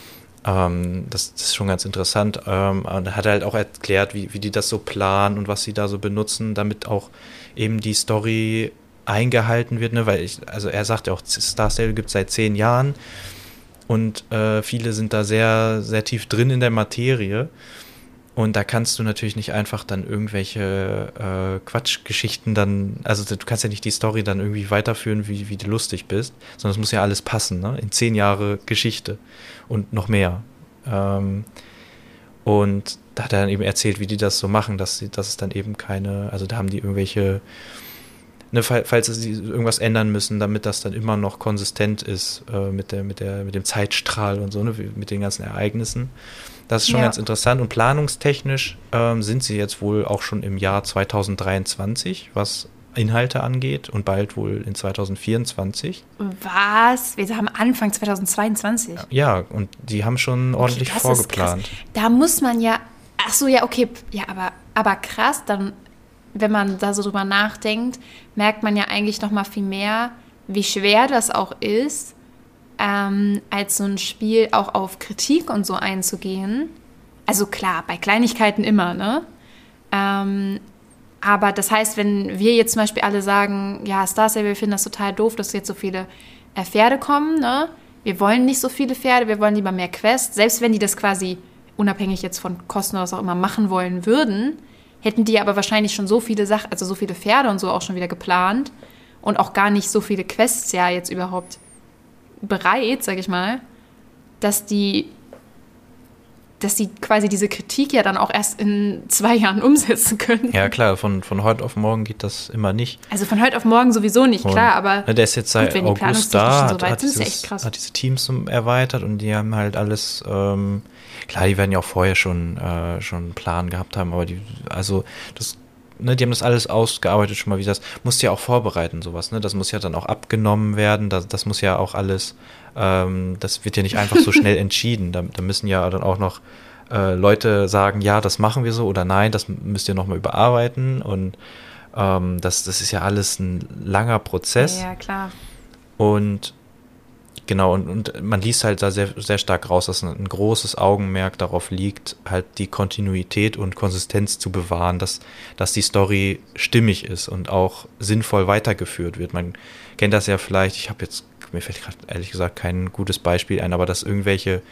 Speaker 2: Ähm, das, das ist schon ganz interessant. Ähm, und er hat halt auch erklärt, wie, wie die das so planen und was sie da so benutzen, damit auch eben die Story eingehalten wird, ne? Weil ich, also er sagt ja auch, Star Stable gibt es seit zehn Jahren und äh, viele sind da sehr, sehr tief drin in der Materie. Und da kannst du natürlich nicht einfach dann irgendwelche äh, Quatschgeschichten dann, also du kannst ja nicht die Story dann irgendwie weiterführen, wie, wie du lustig bist, sondern es muss ja alles passen, ne? In zehn Jahre Geschichte und noch mehr. Ähm, und da hat er dann eben erzählt, wie die das so machen, dass, sie, dass es dann eben keine, also da haben die irgendwelche, ne, falls sie irgendwas ändern müssen, damit das dann immer noch konsistent ist äh, mit, der, mit, der, mit dem Zeitstrahl und so, ne, mit den ganzen Ereignissen. Das ist schon ja. ganz interessant und planungstechnisch ähm, sind sie jetzt wohl auch schon im Jahr zwanzig dreiundzwanzig, was Inhalte angeht und bald wohl in zwanzig vierundzwanzig.
Speaker 1: Was? Wir haben Anfang zwanzig zweiundzwanzig.
Speaker 2: Ja, und die haben schon
Speaker 1: okay,
Speaker 2: ordentlich vorgeplant.
Speaker 1: Da muss man ja, ach so, ja, okay, ja, aber, aber krass, dann, wenn man da so drüber nachdenkt, merkt man ja eigentlich noch mal viel mehr, wie schwer das auch ist, Ähm, als so ein Spiel auch auf Kritik und so einzugehen. Also klar, bei Kleinigkeiten immer, ne? Ähm, aber das heißt, wenn wir jetzt zum Beispiel alle sagen, ja, Star Stable, wir finden das total doof, dass jetzt so viele äh, Pferde kommen, ne? Wir wollen nicht so viele Pferde, wir wollen lieber mehr Quests. Selbst wenn die das quasi unabhängig jetzt von Kosten oder was auch immer machen wollen würden, hätten die aber wahrscheinlich schon so viele Sachen, also so viele Pferde und so auch schon wieder geplant und auch gar nicht so viele Quests ja jetzt überhaupt bereit, sag ich mal, dass die, dass die quasi diese Kritik ja dann auch erst in zwei Jahren umsetzen können.
Speaker 2: Ja, klar, von, von heute auf morgen geht das immer nicht.
Speaker 1: Also von heute auf morgen sowieso nicht, und, klar, aber
Speaker 2: der ist jetzt seit
Speaker 1: gut,
Speaker 2: August da,
Speaker 1: so
Speaker 2: hat, hat,
Speaker 1: sind,
Speaker 2: dieses, ja hat diese Teams erweitert und die haben halt alles, ähm, klar, die werden ja auch vorher schon, äh, schon einen Plan gehabt haben, aber die, also das Ne, die haben das alles ausgearbeitet schon mal, wie das, musst du ja auch vorbereiten, sowas, ne, das muss ja dann auch abgenommen werden, das, das muss ja auch alles, ähm, das wird ja nicht einfach so schnell entschieden, da, da müssen ja dann auch noch äh, Leute sagen, ja, das machen wir so oder nein, das müsst ihr nochmal überarbeiten und ähm, das, das ist ja alles ein langer Prozess.
Speaker 1: Ja, ja, klar.
Speaker 2: Und genau, und, und man liest halt da sehr, sehr stark raus, dass ein, ein großes Augenmerk darauf liegt, halt die Kontinuität und Konsistenz zu bewahren, dass, dass die Story stimmig ist und auch sinnvoll weitergeführt wird. Man kennt das ja vielleicht, ich habe jetzt, mir fällt gerade ehrlich gesagt kein gutes Beispiel ein, aber dass irgendwelche,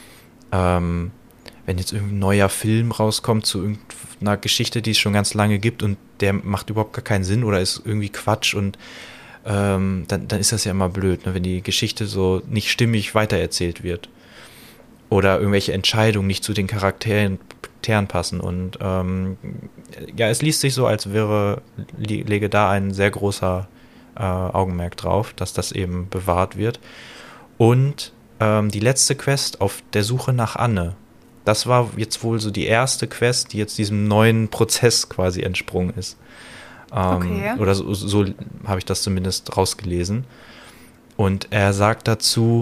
Speaker 2: ähm, wenn jetzt irgendein neuer Film rauskommt zu irgendeiner Geschichte, die es schon ganz lange gibt und der macht überhaupt gar keinen Sinn oder ist irgendwie Quatsch und Ähm, dann, dann ist das ja immer blöd, ne, wenn die Geschichte so nicht stimmig weitererzählt wird. Oder irgendwelche Entscheidungen nicht zu den Charakteren Charakteren passen. Und ähm, ja, es liest sich so, als wäre, lege da ein sehr großer äh, Augenmerk drauf, dass das eben bewahrt wird. Und ähm, die letzte Quest auf der Suche nach Anne, das war jetzt wohl so die erste Quest, die jetzt diesem neuen Prozess quasi entsprungen ist.
Speaker 1: Okay.
Speaker 2: Ähm, oder so, so habe ich das zumindest rausgelesen. Und er sagt dazu,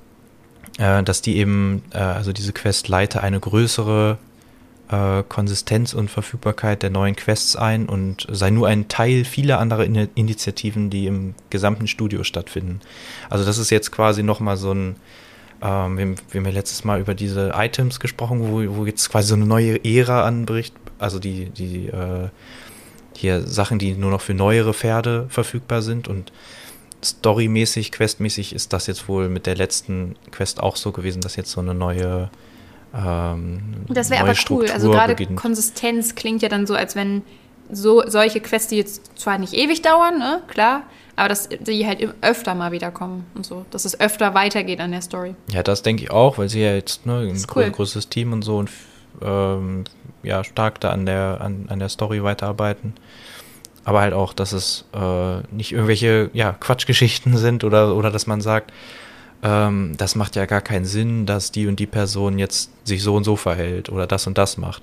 Speaker 2: äh, dass die eben, äh, also diese Quest leite eine größere äh, Konsistenz und Verfügbarkeit der neuen Quests ein und sei nur ein Teil vieler anderer In- Initiativen, die im gesamten Studio stattfinden. Also das ist jetzt quasi nochmal so ein, ähm, wir, wir haben ja letztes Mal über diese Items gesprochen, wo, wo jetzt quasi so eine neue Ära anbricht, also die, die äh, hier Sachen, die nur noch für neuere Pferde verfügbar sind und storymäßig, questmäßig ist das jetzt wohl mit der letzten Quest auch so gewesen, dass jetzt so eine neue ähm,
Speaker 1: Das wäre aber
Speaker 2: Struktur
Speaker 1: cool, also gerade
Speaker 2: beginnt.
Speaker 1: Konsistenz klingt ja dann so, als wenn so solche Quests, die jetzt zwar nicht ewig dauern, ne, klar, aber dass die halt öfter mal wiederkommen und so, dass es öfter weitergeht an der Story.
Speaker 2: Ja, das denke ich auch, weil sie ja jetzt ne, ein
Speaker 1: cool.
Speaker 2: großes Team und so und ähm, ja, stark da an der, an, an der Story weiterarbeiten. aber halt auch, dass es äh, nicht irgendwelche ja, Quatschgeschichten sind oder, oder dass man sagt, ähm, das macht ja gar keinen Sinn, dass die und die Person jetzt sich so und so verhält oder das und das macht.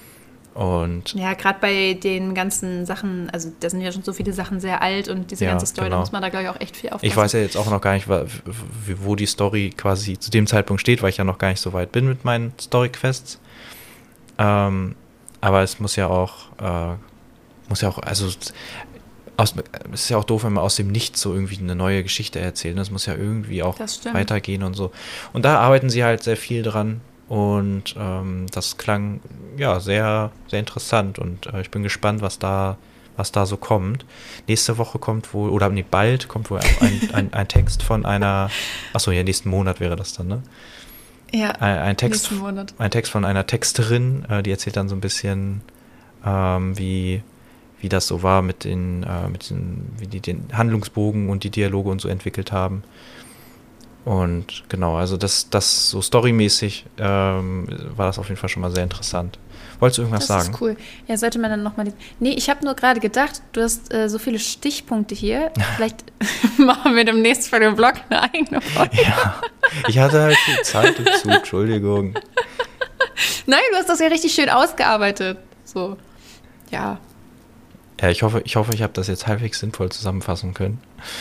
Speaker 2: Und
Speaker 1: ja, gerade bei den ganzen Sachen, also da sind ja schon so viele Sachen sehr alt und diese
Speaker 2: ja,
Speaker 1: ganze Story,
Speaker 2: genau.
Speaker 1: Da muss man da, glaube ich, auch echt viel aufpassen.
Speaker 2: Ich weiß ja jetzt auch noch gar nicht, wo die Story quasi zu dem Zeitpunkt steht, weil ich ja noch gar nicht so weit bin mit meinen Story-Quests. Ähm, aber es muss ja auch, äh, muss ja auch, also aus, es ist ja auch doof, wenn man aus dem Nichts so irgendwie eine neue Geschichte erzählt. Das muss ja irgendwie auch weitergehen und so. Und da arbeiten sie halt sehr viel dran. Und ähm, das klang ja sehr, sehr interessant und äh, ich bin gespannt, was da, was da so kommt. Nächste Woche kommt wohl, oder nee, bald kommt wohl ein, ein, ein Text von einer, achso, ja, nächsten Monat wäre das dann, ne?
Speaker 1: Ja,
Speaker 2: ein, ein Text,
Speaker 1: nächsten Monat.
Speaker 2: Ein Text von einer Texterin, äh, die erzählt dann so ein bisschen, ähm, wie, wie das so war mit den, äh, mit den, wie die den Handlungsbogen und die Dialoge und so entwickelt haben. Und genau, also das, das so storymäßig ähm, war das auf jeden Fall schon mal sehr interessant. Wolltest du irgendwas
Speaker 1: das
Speaker 2: sagen?
Speaker 1: Das ist cool. Ja, sollte man dann nochmal... Nee, ich habe nur gerade gedacht, du hast äh, so viele Stichpunkte hier. Vielleicht machen wir demnächst für den Blog eine eigene Folge.
Speaker 2: Ja, ich hatte halt viel Zeit dazu, Entschuldigung.
Speaker 1: Nein, du hast das ja richtig schön ausgearbeitet. So, ja.
Speaker 2: Ja, ich hoffe, ich hoffe, ich habe das jetzt halbwegs sinnvoll zusammenfassen können.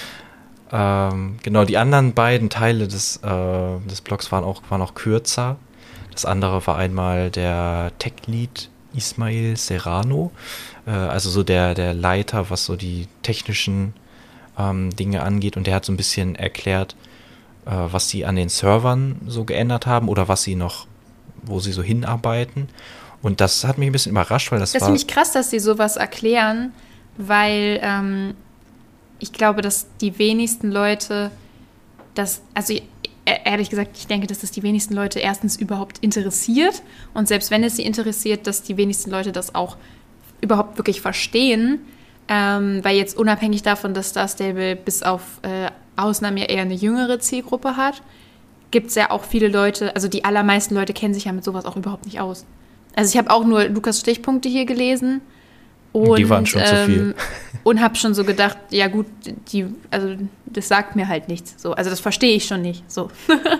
Speaker 2: Ähm, genau, die anderen beiden Teile des, äh, des Blogs waren auch, waren auch kürzer. Das andere war einmal der Tech-Lead Ismail Serrano, äh, also so der, der Leiter, was so die technischen ähm, Dinge angeht. Und der hat so ein bisschen erklärt, äh, was sie an den Servern so geändert haben oder was sie noch, wo sie so hinarbeiten. Und das hat mich ein bisschen überrascht, weil das,
Speaker 1: das
Speaker 2: war...
Speaker 1: Das finde ich krass, dass sie sowas erklären, weil... Ähm ich glaube, dass die wenigsten Leute das, also ehrlich gesagt, ich denke, dass das die wenigsten Leute erstens überhaupt interessiert und selbst wenn es sie interessiert, dass die wenigsten Leute das auch überhaupt wirklich verstehen, ähm, weil jetzt unabhängig davon, dass Star Stable bis auf äh, Ausnahmen ja eher eine jüngere Zielgruppe hat, gibt es ja auch viele Leute, also die allermeisten Leute kennen sich ja mit sowas auch überhaupt nicht aus. Also ich habe auch nur Lukas Stichpunkte hier gelesen. Und,
Speaker 2: die waren schon ähm, zu viel.
Speaker 1: Und habe schon so gedacht, ja gut, die, also das sagt mir halt nichts. So. Also das verstehe ich schon nicht. So.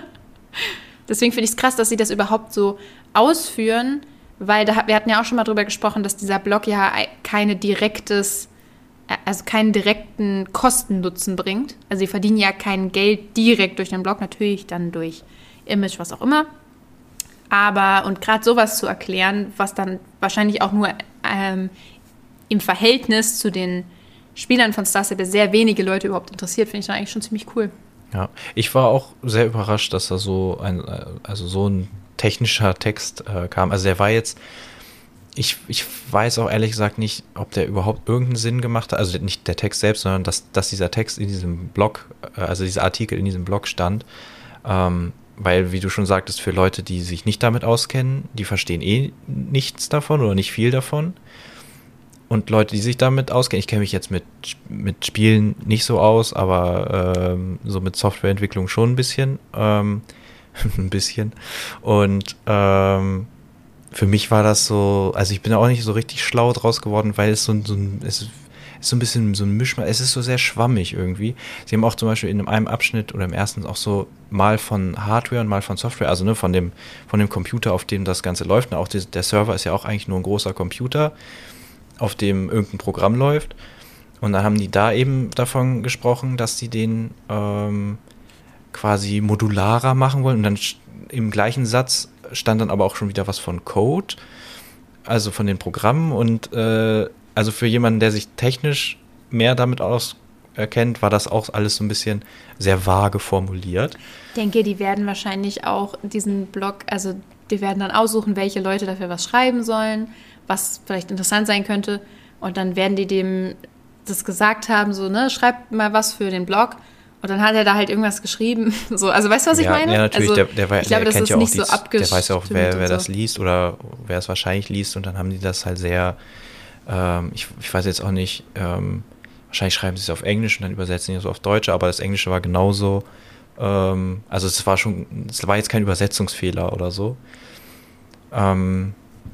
Speaker 1: Deswegen finde ich es krass, dass sie das überhaupt so ausführen, weil da, wir hatten ja auch schon mal drüber gesprochen, dass dieser Blog ja keine direktes, also keinen direkten Kostennutzen bringt. Also sie verdienen ja kein Geld direkt durch den Blog, natürlich dann durch Image, was auch immer. Aber, und gerade sowas zu erklären, was dann wahrscheinlich auch nur ähm, im Verhältnis zu den Spielern von Star Stable sehr wenige Leute überhaupt interessiert, finde ich dann eigentlich schon ziemlich cool.
Speaker 2: Ja, ich war auch sehr überrascht, dass da so ein, also so ein technischer Text äh, kam. Also der war jetzt, ich, ich weiß auch ehrlich gesagt nicht, ob der überhaupt irgendeinen Sinn gemacht hat. Also nicht der Text selbst, sondern dass, dass dieser Text in diesem Blog, also dieser Artikel in diesem Blog stand. Ähm, weil, wie du schon sagtest, für Leute, die sich nicht damit auskennen, die verstehen eh nichts davon oder nicht viel davon. Und Leute, die sich damit auskennen, ich kenne mich jetzt mit, mit Spielen nicht so aus, aber ähm, so mit Softwareentwicklung schon ein bisschen. Ähm, ein bisschen. Und ähm, für mich war das so, also ich bin auch nicht so richtig schlau draus geworden, weil es so, so ein, es ist so ein bisschen so ein Mischmasch, es ist so sehr schwammig irgendwie. Sie haben auch zum Beispiel in einem Abschnitt oder im ersten auch so mal von Hardware und mal von Software, also ne, von dem, von dem Computer, auf dem das Ganze läuft. Und auch die, der Server ist ja auch eigentlich nur ein großer Computer, auf dem irgendein Programm läuft. Und dann haben die da eben davon gesprochen, dass die den ähm, quasi modularer machen wollen. Und dann im gleichen Satz stand dann aber auch schon wieder was von Code, also von den Programmen. Und äh, also für jemanden, der sich technisch mehr damit auskennt, war das auch alles so ein bisschen sehr vage formuliert.
Speaker 1: Ich denke, die werden wahrscheinlich auch diesen Blog, also die werden dann aussuchen, welche Leute dafür was schreiben sollen, was vielleicht interessant sein könnte. Und dann werden die dem das gesagt haben, so, ne, schreibt mal was für den Blog. Und dann hat er da halt irgendwas geschrieben. So, also weißt du, was ich
Speaker 2: ja,
Speaker 1: meine?
Speaker 2: Ja, natürlich.
Speaker 1: Also,
Speaker 2: der, der, der,
Speaker 1: ich glaube,
Speaker 2: der
Speaker 1: das
Speaker 2: kennt
Speaker 1: ist
Speaker 2: ja auch
Speaker 1: nicht
Speaker 2: die,
Speaker 1: so abgestimmt.
Speaker 2: Der weiß ja auch, wer, wer
Speaker 1: so.
Speaker 2: das liest oder wer es wahrscheinlich liest. Und dann haben die das halt sehr, ähm, ich, ich weiß jetzt auch nicht, ähm, wahrscheinlich schreiben sie es auf Englisch und dann übersetzen sie es auf Deutsch, aber das Englische war genauso, ähm, also es war schon, es war jetzt kein Übersetzungsfehler oder so. Ähm,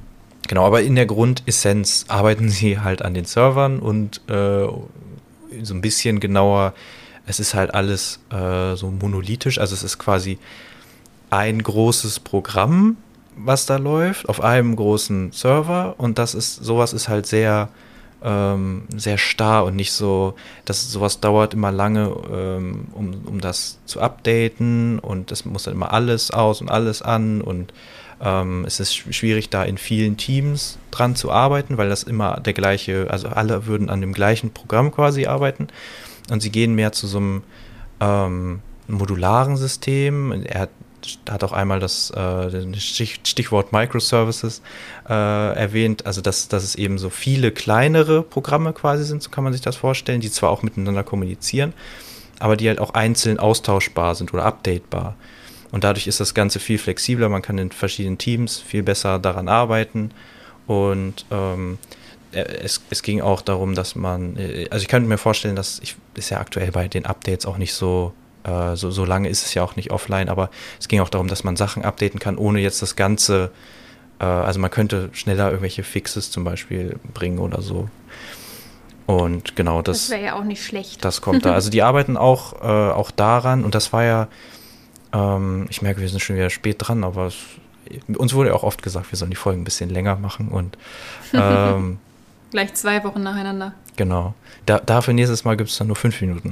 Speaker 2: Genau, aber in der Grundessenz arbeiten sie halt an den Servern und äh, so ein bisschen genauer, es ist halt alles äh, so monolithisch, also es ist quasi ein großes Programm, was da läuft, auf einem großen Server und das ist, sowas ist halt sehr, ähm, sehr starr und nicht so, das sowas dauert immer lange, ähm, um, um das zu updaten und das muss dann immer alles aus und alles an und ähm, es ist schwierig, da in vielen Teams dran zu arbeiten, weil das immer der gleiche, also alle würden an dem gleichen Programm quasi arbeiten und sie gehen mehr zu so einem ähm, modularen System. Er hat hat auch einmal das äh, Stich, Stichwort Microservices äh, erwähnt, also dass, dass es eben so viele kleinere Programme quasi sind, so kann man sich das vorstellen, die zwar auch miteinander kommunizieren, aber die halt auch einzeln austauschbar sind oder updatebar. Und dadurch ist das Ganze viel flexibler, man kann in verschiedenen Teams viel besser daran arbeiten und ähm, es, es ging auch darum, dass man, also ich könnte mir vorstellen, dass ich, ist ja aktuell bei den Updates auch nicht so So, so lange ist es ja auch nicht offline, aber es ging auch darum, dass man Sachen updaten kann, ohne jetzt das Ganze, äh, also man könnte schneller irgendwelche Fixes zum Beispiel bringen oder so. Und genau, das,
Speaker 1: das wäre ja auch nicht schlecht.
Speaker 2: Das kommt da. Also die arbeiten auch, äh, auch daran und das war ja, ähm, ich merke, wir sind schon wieder spät dran, aber es, uns wurde ja auch oft gesagt, wir sollen die Folgen ein bisschen länger machen und ähm,
Speaker 1: gleich zwei Wochen nacheinander.
Speaker 2: Genau. Da, dafür nächstes Mal gibt es dann nur fünf Minuten.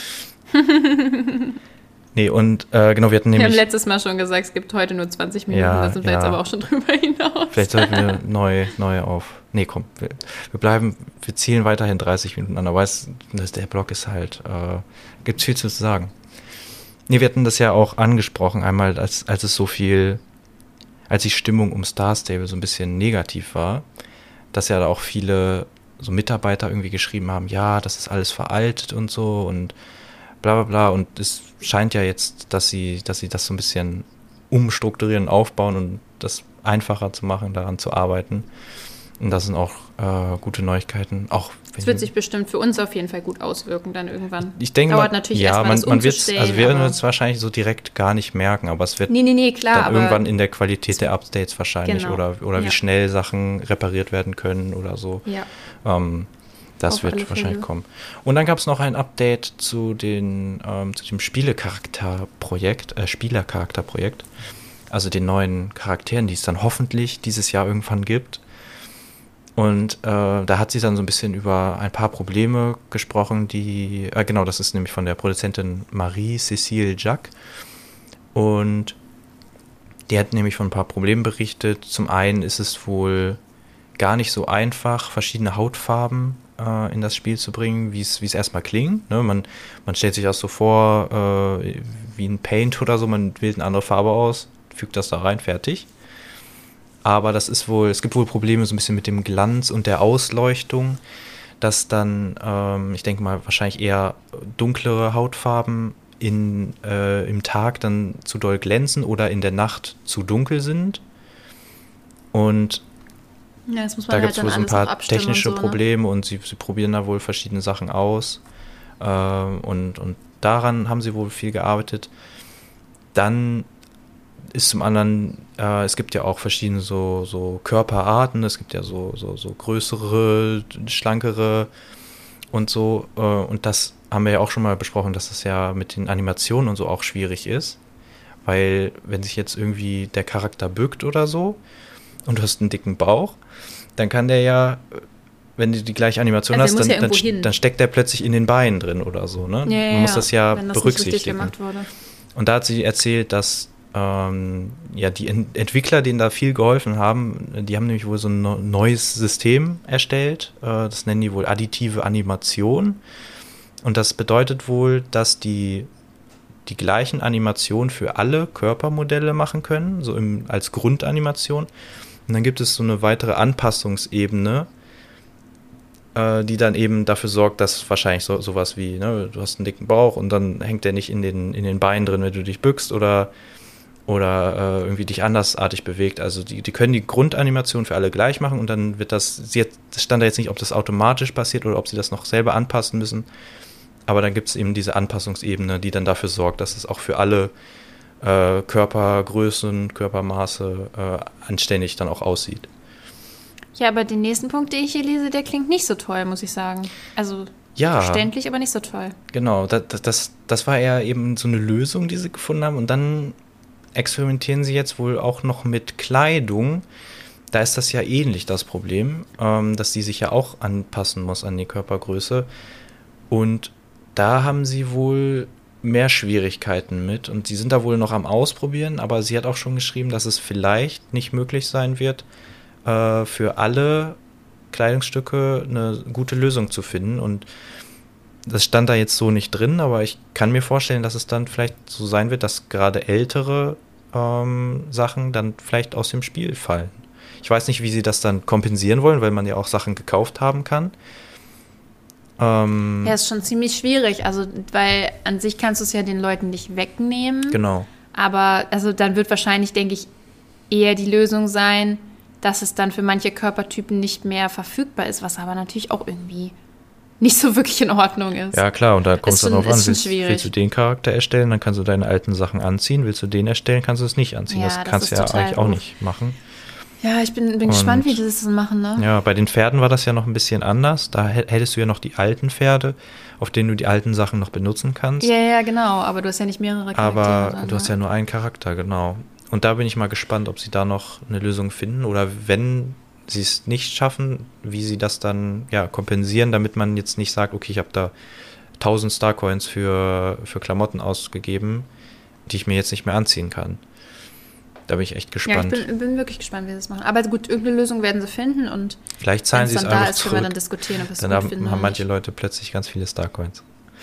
Speaker 2: Nee, und äh, genau, wir hatten nämlich...
Speaker 1: Wir haben letztes Mal schon gesagt, es gibt heute nur zwanzig Minuten,
Speaker 2: ja,
Speaker 1: da sind wir
Speaker 2: ja.
Speaker 1: jetzt aber auch schon drüber hinaus.
Speaker 2: Vielleicht sollten wir neu, neu auf... Nee, komm, wir, wir bleiben, wir zielen weiterhin dreißig Minuten an, aber es, das, der Blog ist halt... Äh, gibt viel zu sagen. Nee, wir hatten das ja auch angesprochen, einmal als, als es so viel... Als die Stimmung um Star Stable so ein bisschen negativ war, dass ja da auch viele so Mitarbeiter irgendwie geschrieben haben, ja, das ist alles veraltet und so und bla bla bla und es scheint ja jetzt, dass sie, dass sie das so ein bisschen umstrukturieren, aufbauen und das einfacher zu machen, daran zu arbeiten. Und das sind auch äh, gute Neuigkeiten. Auch
Speaker 1: es wird sich bestimmt für uns auf jeden Fall gut auswirken dann irgendwann.
Speaker 2: Ich denke,
Speaker 1: dauert
Speaker 2: man,
Speaker 1: natürlich
Speaker 2: ja,
Speaker 1: erstmal
Speaker 2: man,
Speaker 1: das
Speaker 2: man wird's, also wir werden
Speaker 1: aber
Speaker 2: es wahrscheinlich so direkt gar nicht merken, aber es wird
Speaker 1: nee, nee, nee, klar,
Speaker 2: dann
Speaker 1: aber
Speaker 2: irgendwann in der Qualität der Updates wahrscheinlich
Speaker 1: genau.
Speaker 2: oder, oder
Speaker 1: ja.
Speaker 2: wie schnell Sachen repariert werden können oder so.
Speaker 1: Ja.
Speaker 2: Ähm, das
Speaker 1: auf
Speaker 2: wird
Speaker 1: alle
Speaker 2: wahrscheinlich
Speaker 1: Fälle.
Speaker 2: kommen. Und dann gab es noch ein Update zu, den, ähm, zu dem Spielecharakterprojekt, äh, Spielercharakterprojekt, also den neuen Charakteren, die es dann hoffentlich dieses Jahr irgendwann gibt. Und äh, da hat sie dann so ein bisschen über ein paar Probleme gesprochen, die, äh, genau, das ist nämlich von der Produzentin Marie-Cécile Jacques. Und die hat nämlich von ein paar Problemen berichtet. Zum einen ist es wohl gar nicht so einfach, verschiedene Hautfarben äh, in das Spiel zu bringen, wie es wie es erstmal klingt. Ne? Man, man stellt sich das so vor, äh, wie ein Paint oder so, man wählt eine andere Farbe aus, fügt das da rein, fertig. Aber das ist wohl, es gibt wohl Probleme so ein bisschen mit dem Glanz und der Ausleuchtung, dass dann, ähm, ich denke mal, wahrscheinlich eher dunklere Hautfarben in, äh, im Tag dann zu doll glänzen oder in der Nacht zu dunkel sind. Und
Speaker 1: ja, das muss man
Speaker 2: da
Speaker 1: halt
Speaker 2: gibt es wohl so ein paar technische
Speaker 1: und so,
Speaker 2: Probleme
Speaker 1: ne?
Speaker 2: und sie, sie probieren da wohl verschiedene Sachen aus. Äh, und, und daran haben sie wohl viel gearbeitet. Dann ist zum anderen, äh, es gibt ja auch verschiedene so, so Körperarten, es gibt ja so, so, so größere, schlankere und so. Äh, und das haben wir ja auch schon mal besprochen, dass das ja mit den Animationen und so auch schwierig ist. Weil wenn sich jetzt irgendwie der Charakter bückt oder so und du hast einen dicken Bauch, dann kann der ja, wenn du die gleiche Animation
Speaker 1: also
Speaker 2: hast, dann,
Speaker 1: ja
Speaker 2: dann, dann steckt der plötzlich in den Beinen drin oder so. Ne?
Speaker 1: Ja, ja,
Speaker 2: Man muss das ja
Speaker 1: wenn das
Speaker 2: berücksichtigen.
Speaker 1: Nicht richtig gemacht wurde.
Speaker 2: Und da hat sie erzählt, dass ähm, ja, die Ent- Entwickler, denen da viel geholfen haben, die haben nämlich wohl so ein no- neues System erstellt. Äh, das nennen die wohl additive Animation. Und das bedeutet wohl, dass die die gleichen Animationen für alle Körpermodelle machen können, so im, als Grundanimation. Und dann gibt es so eine weitere Anpassungsebene, äh, die dann eben dafür sorgt, dass wahrscheinlich so, sowas wie, ne, du hast einen dicken Bauch und dann hängt der nicht in den, in den Beinen drin, wenn du dich bückst oder, oder äh, irgendwie dich andersartig bewegt. Also die, die können die Grundanimation für alle gleich machen und dann wird das, sie hat, das stand da jetzt nicht, ob das automatisch passiert oder ob sie das noch selber anpassen müssen. Aber dann gibt es eben diese Anpassungsebene, die dann dafür sorgt, dass es auch für alle äh, Körpergrößen, Körpermaße äh, anständig dann auch aussieht.
Speaker 1: Ja, aber den nächsten Punkt, den ich hier lese, der klingt nicht so toll, muss ich sagen. Also
Speaker 2: Ja,
Speaker 1: verständlich, aber nicht so toll.
Speaker 2: genau. Das, das, das war eher eben so eine Lösung, die sie gefunden haben. Und dann experimentieren sie jetzt wohl auch noch mit Kleidung. Da ist das ja ähnlich das Problem, ähm, dass die sich ja auch anpassen muss an die Körpergröße. Und da haben sie wohl mehr Schwierigkeiten mit. Und sie sind da wohl noch am Ausprobieren, aber sie hat auch schon geschrieben, dass es vielleicht nicht möglich sein wird, äh, für alle Kleidungsstücke eine gute Lösung zu finden. Und das stand da jetzt so nicht drin, aber ich kann mir vorstellen, dass es dann vielleicht so sein wird, dass gerade ältere ähm, Sachen dann vielleicht aus dem Spiel fallen. Ich weiß nicht, wie sie das dann kompensieren wollen, weil man ja auch Sachen gekauft haben kann. Ähm,
Speaker 1: Ja, ist schon ziemlich schwierig, also weil an sich kannst du es ja den Leuten nicht wegnehmen.
Speaker 2: genau.
Speaker 1: Aber also dann wird wahrscheinlich, denke ich, eher die Lösung sein, dass es dann für manche Körpertypen nicht mehr verfügbar ist, was aber natürlich auch irgendwie nicht so wirklich in Ordnung ist.
Speaker 2: Ja, klar, und da kommt es dann
Speaker 1: schon-
Speaker 2: drauf an,
Speaker 1: ist schon
Speaker 2: willst,
Speaker 1: schwierig.
Speaker 2: willst du den Charakter erstellen, dann kannst du deine alten Sachen anziehen. Willst du den erstellen, kannst du es nicht anziehen.
Speaker 1: Ja,
Speaker 2: das
Speaker 1: das
Speaker 2: kannst du
Speaker 1: ist
Speaker 2: ja
Speaker 1: total
Speaker 2: eigentlich auch
Speaker 1: doof.
Speaker 2: nicht machen.
Speaker 1: Ja, ich bin, bin
Speaker 2: Und-
Speaker 1: gespannt, wie die das machen, ne?
Speaker 2: Ja, bei den Pferden war das ja noch ein bisschen anders. Da hä- hättest du ja noch die alten Pferde, auf denen du die alten Sachen noch benutzen kannst.
Speaker 1: Ja, ja, genau, aber du hast ja nicht mehrere Charaktere.
Speaker 2: Aber
Speaker 1: dann,
Speaker 2: du hast
Speaker 1: ne?
Speaker 2: ja nur einen Charakter, genau. Und da bin ich mal gespannt, ob sie da noch eine Lösung finden oder wenn sie es nicht schaffen, wie sie das dann ja kompensieren, damit man jetzt nicht sagt, okay, ich habe da tausend Starcoins für, für Klamotten ausgegeben, die ich mir jetzt nicht mehr anziehen kann. Da bin ich echt
Speaker 1: Ja, ich
Speaker 2: gespannt.
Speaker 1: bin, bin wirklich gespannt, wie sie das machen. Aber gut, irgendeine Lösung werden sie finden und
Speaker 2: Vielleicht
Speaker 1: wenn
Speaker 2: zahlen
Speaker 1: es
Speaker 2: sie es
Speaker 1: dann da
Speaker 2: einfach
Speaker 1: ist, können wir
Speaker 2: zurück.
Speaker 1: dann diskutieren, ob wir es
Speaker 2: Dann
Speaker 1: gut
Speaker 2: haben,
Speaker 1: finden
Speaker 2: haben
Speaker 1: oder
Speaker 2: manche
Speaker 1: nicht.
Speaker 2: Leute plötzlich ganz viele Starcoins.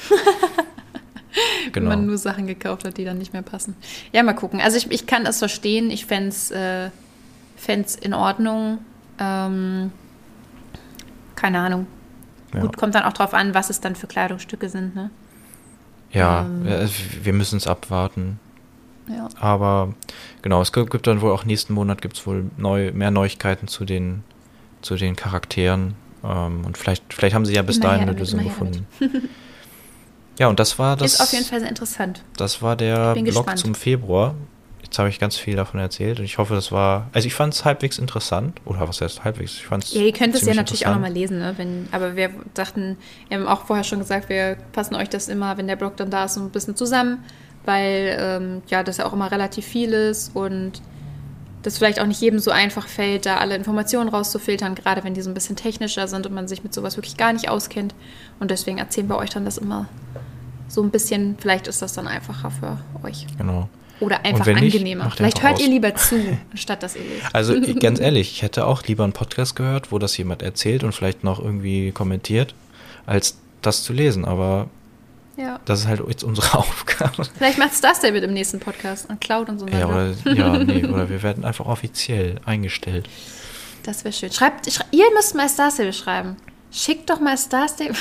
Speaker 1: Wenn man
Speaker 2: Genau.
Speaker 1: nur Sachen gekauft hat, die dann nicht mehr passen. Ja, mal gucken. Also ich, ich kann es verstehen. Ich fände es äh, fänd's in Ordnung. Ähm, keine Ahnung.
Speaker 2: Ja.
Speaker 1: Gut, kommt dann auch drauf an, was es dann für Kleidungsstücke sind, ne?
Speaker 2: Ja,
Speaker 1: Ähm.
Speaker 2: äh, wir müssen es abwarten.
Speaker 1: Ja.
Speaker 2: Aber genau, es gibt gibt dann wohl auch nächsten Monat gibt es wohl neu, mehr Neuigkeiten zu den, zu den Charakteren. Ähm, und vielleicht, vielleicht haben sie ja bis
Speaker 1: Immer
Speaker 2: dahin
Speaker 1: her
Speaker 2: eine
Speaker 1: damit,
Speaker 2: Lösung
Speaker 1: immer her
Speaker 2: gefunden. Ja, und das war das.
Speaker 1: Ist auf jeden Fall sehr interessant.
Speaker 2: Das war der
Speaker 1: bin
Speaker 2: Blog
Speaker 1: gespannt.
Speaker 2: zum Februar. Jetzt habe ich ganz viel davon erzählt und ich hoffe, das war. Also ich fand es halbwegs interessant. Oder was heißt halbwegs? Ich fand's
Speaker 1: Ja, ihr könnt es ja
Speaker 2: ziemlich
Speaker 1: natürlich auch
Speaker 2: interessant.
Speaker 1: nochmal lesen, ne? Wenn, aber wir dachten, wir haben auch vorher schon gesagt, wir passen euch das immer, wenn der Blog dann da ist, so ein bisschen zusammen, weil ähm, ja, das ja auch immer relativ viel ist und das vielleicht auch nicht jedem so einfach fällt, da alle Informationen rauszufiltern, gerade wenn die so ein bisschen technischer sind und man sich mit sowas wirklich gar nicht auskennt. Und deswegen erzählen wir euch dann das immer so ein bisschen. Vielleicht ist das dann einfacher für euch.
Speaker 2: Genau.
Speaker 1: Oder einfach
Speaker 2: wenn nicht,
Speaker 1: angenehmer.
Speaker 2: macht
Speaker 1: Vielleicht
Speaker 2: einfach
Speaker 1: hört
Speaker 2: aus.
Speaker 1: ihr lieber zu, statt dass ihr lest.
Speaker 2: Also ich- ganz ehrlich, ich hätte auch lieber einen Podcast gehört, wo das jemand erzählt und vielleicht noch irgendwie kommentiert, als das zu lesen. Aber
Speaker 1: Ja.
Speaker 2: das ist halt jetzt unsere Aufgabe.
Speaker 1: Vielleicht macht Star Stable im nächsten Podcast und Cloud und so.
Speaker 2: Ja, oder, ja, nee, oder wir werden einfach offiziell eingestellt.
Speaker 1: Das wäre schön. Schreibt, schrei ihr müsst mal Star Stable schreiben. Schickt doch mal Star Stable.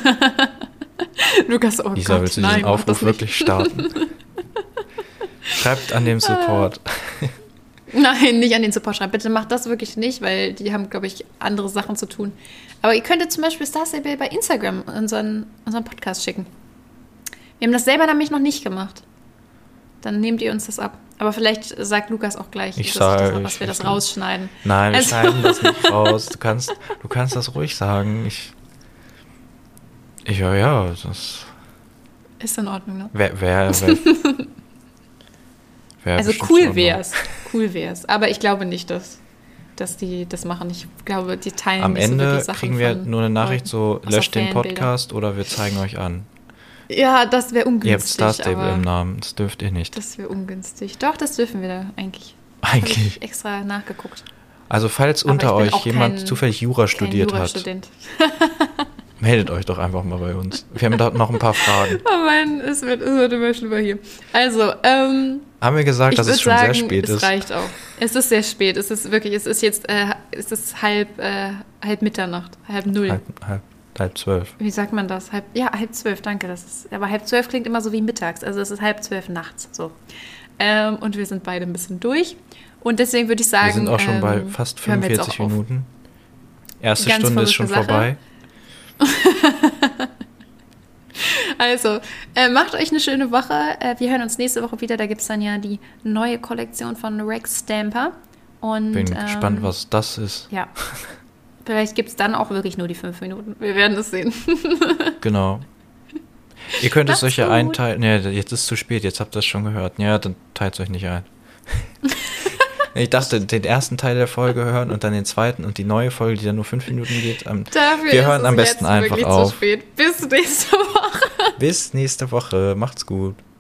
Speaker 1: Lukas, oh
Speaker 2: Lisa,
Speaker 1: Gott,
Speaker 2: willst du
Speaker 1: nein,
Speaker 2: diesen
Speaker 1: mach
Speaker 2: Aufruf
Speaker 1: das nicht.
Speaker 2: wirklich starten? Schreibt an dem Support.
Speaker 1: Nein, nicht an den Support schreiben. Bitte macht das wirklich nicht, weil die haben, glaube ich, andere Sachen zu tun. Aber ihr könntet zum Beispiel Star Stable bei Instagram unseren, unseren Podcast schicken. Wir haben das selber nämlich noch nicht gemacht. Dann nehmt ihr uns das ab. Aber vielleicht sagt Lukas auch gleich,
Speaker 2: Ich
Speaker 1: dass,
Speaker 2: sag-
Speaker 1: dass, dass
Speaker 2: ich-
Speaker 1: wir das
Speaker 2: ich-
Speaker 1: rausschneiden.
Speaker 2: Nein, wir
Speaker 1: Also-
Speaker 2: schneiden das nicht raus. Du kannst, du kannst das ruhig sagen. Ich, ich ja, ja, das
Speaker 1: Ist in Ordnung, ne?
Speaker 2: wäre wär, wär, wär
Speaker 1: Also
Speaker 2: bestimmt
Speaker 1: cool
Speaker 2: in Ordnung.
Speaker 1: wär's. Cool wär's. Aber ich glaube nicht, dass, dass die das machen. Ich glaube, die teilen
Speaker 2: Am
Speaker 1: nicht so
Speaker 2: Ende
Speaker 1: wirklich Sachen
Speaker 2: kriegen wir
Speaker 1: von
Speaker 2: nur eine Nachricht
Speaker 1: Leuten,
Speaker 2: so,
Speaker 1: außer
Speaker 2: löscht den
Speaker 1: Fanbilder.
Speaker 2: Podcast oder wir zeigen euch an.
Speaker 1: Ja, das wäre
Speaker 2: Ihr habt
Speaker 1: ungünstig.
Speaker 2: Star Stable
Speaker 1: aber
Speaker 2: im Namen, das dürft ihr nicht.
Speaker 1: Das wäre ungünstig. Doch, das dürfen wir da eigentlich. Habe
Speaker 2: Eigentlich.
Speaker 1: ich extra nachgeguckt.
Speaker 2: Also falls
Speaker 1: Aber
Speaker 2: unter
Speaker 1: ich bin
Speaker 2: euch
Speaker 1: auch
Speaker 2: jemand
Speaker 1: kein-
Speaker 2: zufällig Jura
Speaker 1: Kein
Speaker 2: studiert hat,
Speaker 1: Jurastudent.
Speaker 2: meldet euch doch einfach mal bei uns. Wir haben dort noch ein paar Fragen.
Speaker 1: Oh Mann, es wird, es wird immer schlimmer hier. Also, ähm,
Speaker 2: Haben wir gesagt,
Speaker 1: ich
Speaker 2: dass
Speaker 1: würde
Speaker 2: es schon
Speaker 1: sagen,
Speaker 2: sehr spät
Speaker 1: es
Speaker 2: ist?
Speaker 1: reicht auch. Es ist sehr spät. Es ist wirklich, es ist jetzt, äh, es ist halb, äh, halb Mitternacht, halb null.
Speaker 2: Halb, halb, halb zwölf.
Speaker 1: Wie sagt man das? Halb, ja, halb zwölf, danke. Das ist, aber halb zwölf klingt immer so wie mittags. Also es ist halb zwölf nachts. So. Ähm, und wir sind beide ein bisschen durch. Und deswegen würde ich sagen,
Speaker 2: Wir sind auch schon bei
Speaker 1: ähm,
Speaker 2: fast
Speaker 1: hören wir jetzt
Speaker 2: fünfundvierzig
Speaker 1: auch auf.
Speaker 2: Minuten. Erste
Speaker 1: Ganz
Speaker 2: Stunde ist schon
Speaker 1: verrückte Sache.
Speaker 2: vorbei.
Speaker 1: Also, äh, macht euch eine schöne Woche. Äh, wir hören uns nächste Woche wieder. Da gibt es dann ja die neue Kollektion von Rex Stamper. Und,
Speaker 2: Bin
Speaker 1: ähm,
Speaker 2: gespannt, was das ist.
Speaker 1: Ja, Vielleicht gibt es dann auch wirklich nur die fünf Minuten. Wir werden es sehen.
Speaker 2: Genau. Ihr könnt es
Speaker 1: Macht's
Speaker 2: euch ja
Speaker 1: gut.
Speaker 2: einteilen. Ne, jetzt ist es zu spät, jetzt habt ihr es schon gehört. Ja, dann teilt es euch nicht ein. Ich dachte, den ersten Teil der Folge hören und dann den zweiten und die neue Folge, die dann nur fünf Minuten geht. Ähm,
Speaker 1: Dafür
Speaker 2: wir
Speaker 1: ist
Speaker 2: hören
Speaker 1: es
Speaker 2: am besten
Speaker 1: jetzt
Speaker 2: einfach
Speaker 1: wirklich
Speaker 2: auf.
Speaker 1: zu spät. Bis nächste Woche.
Speaker 2: Bis nächste Woche. Macht's gut.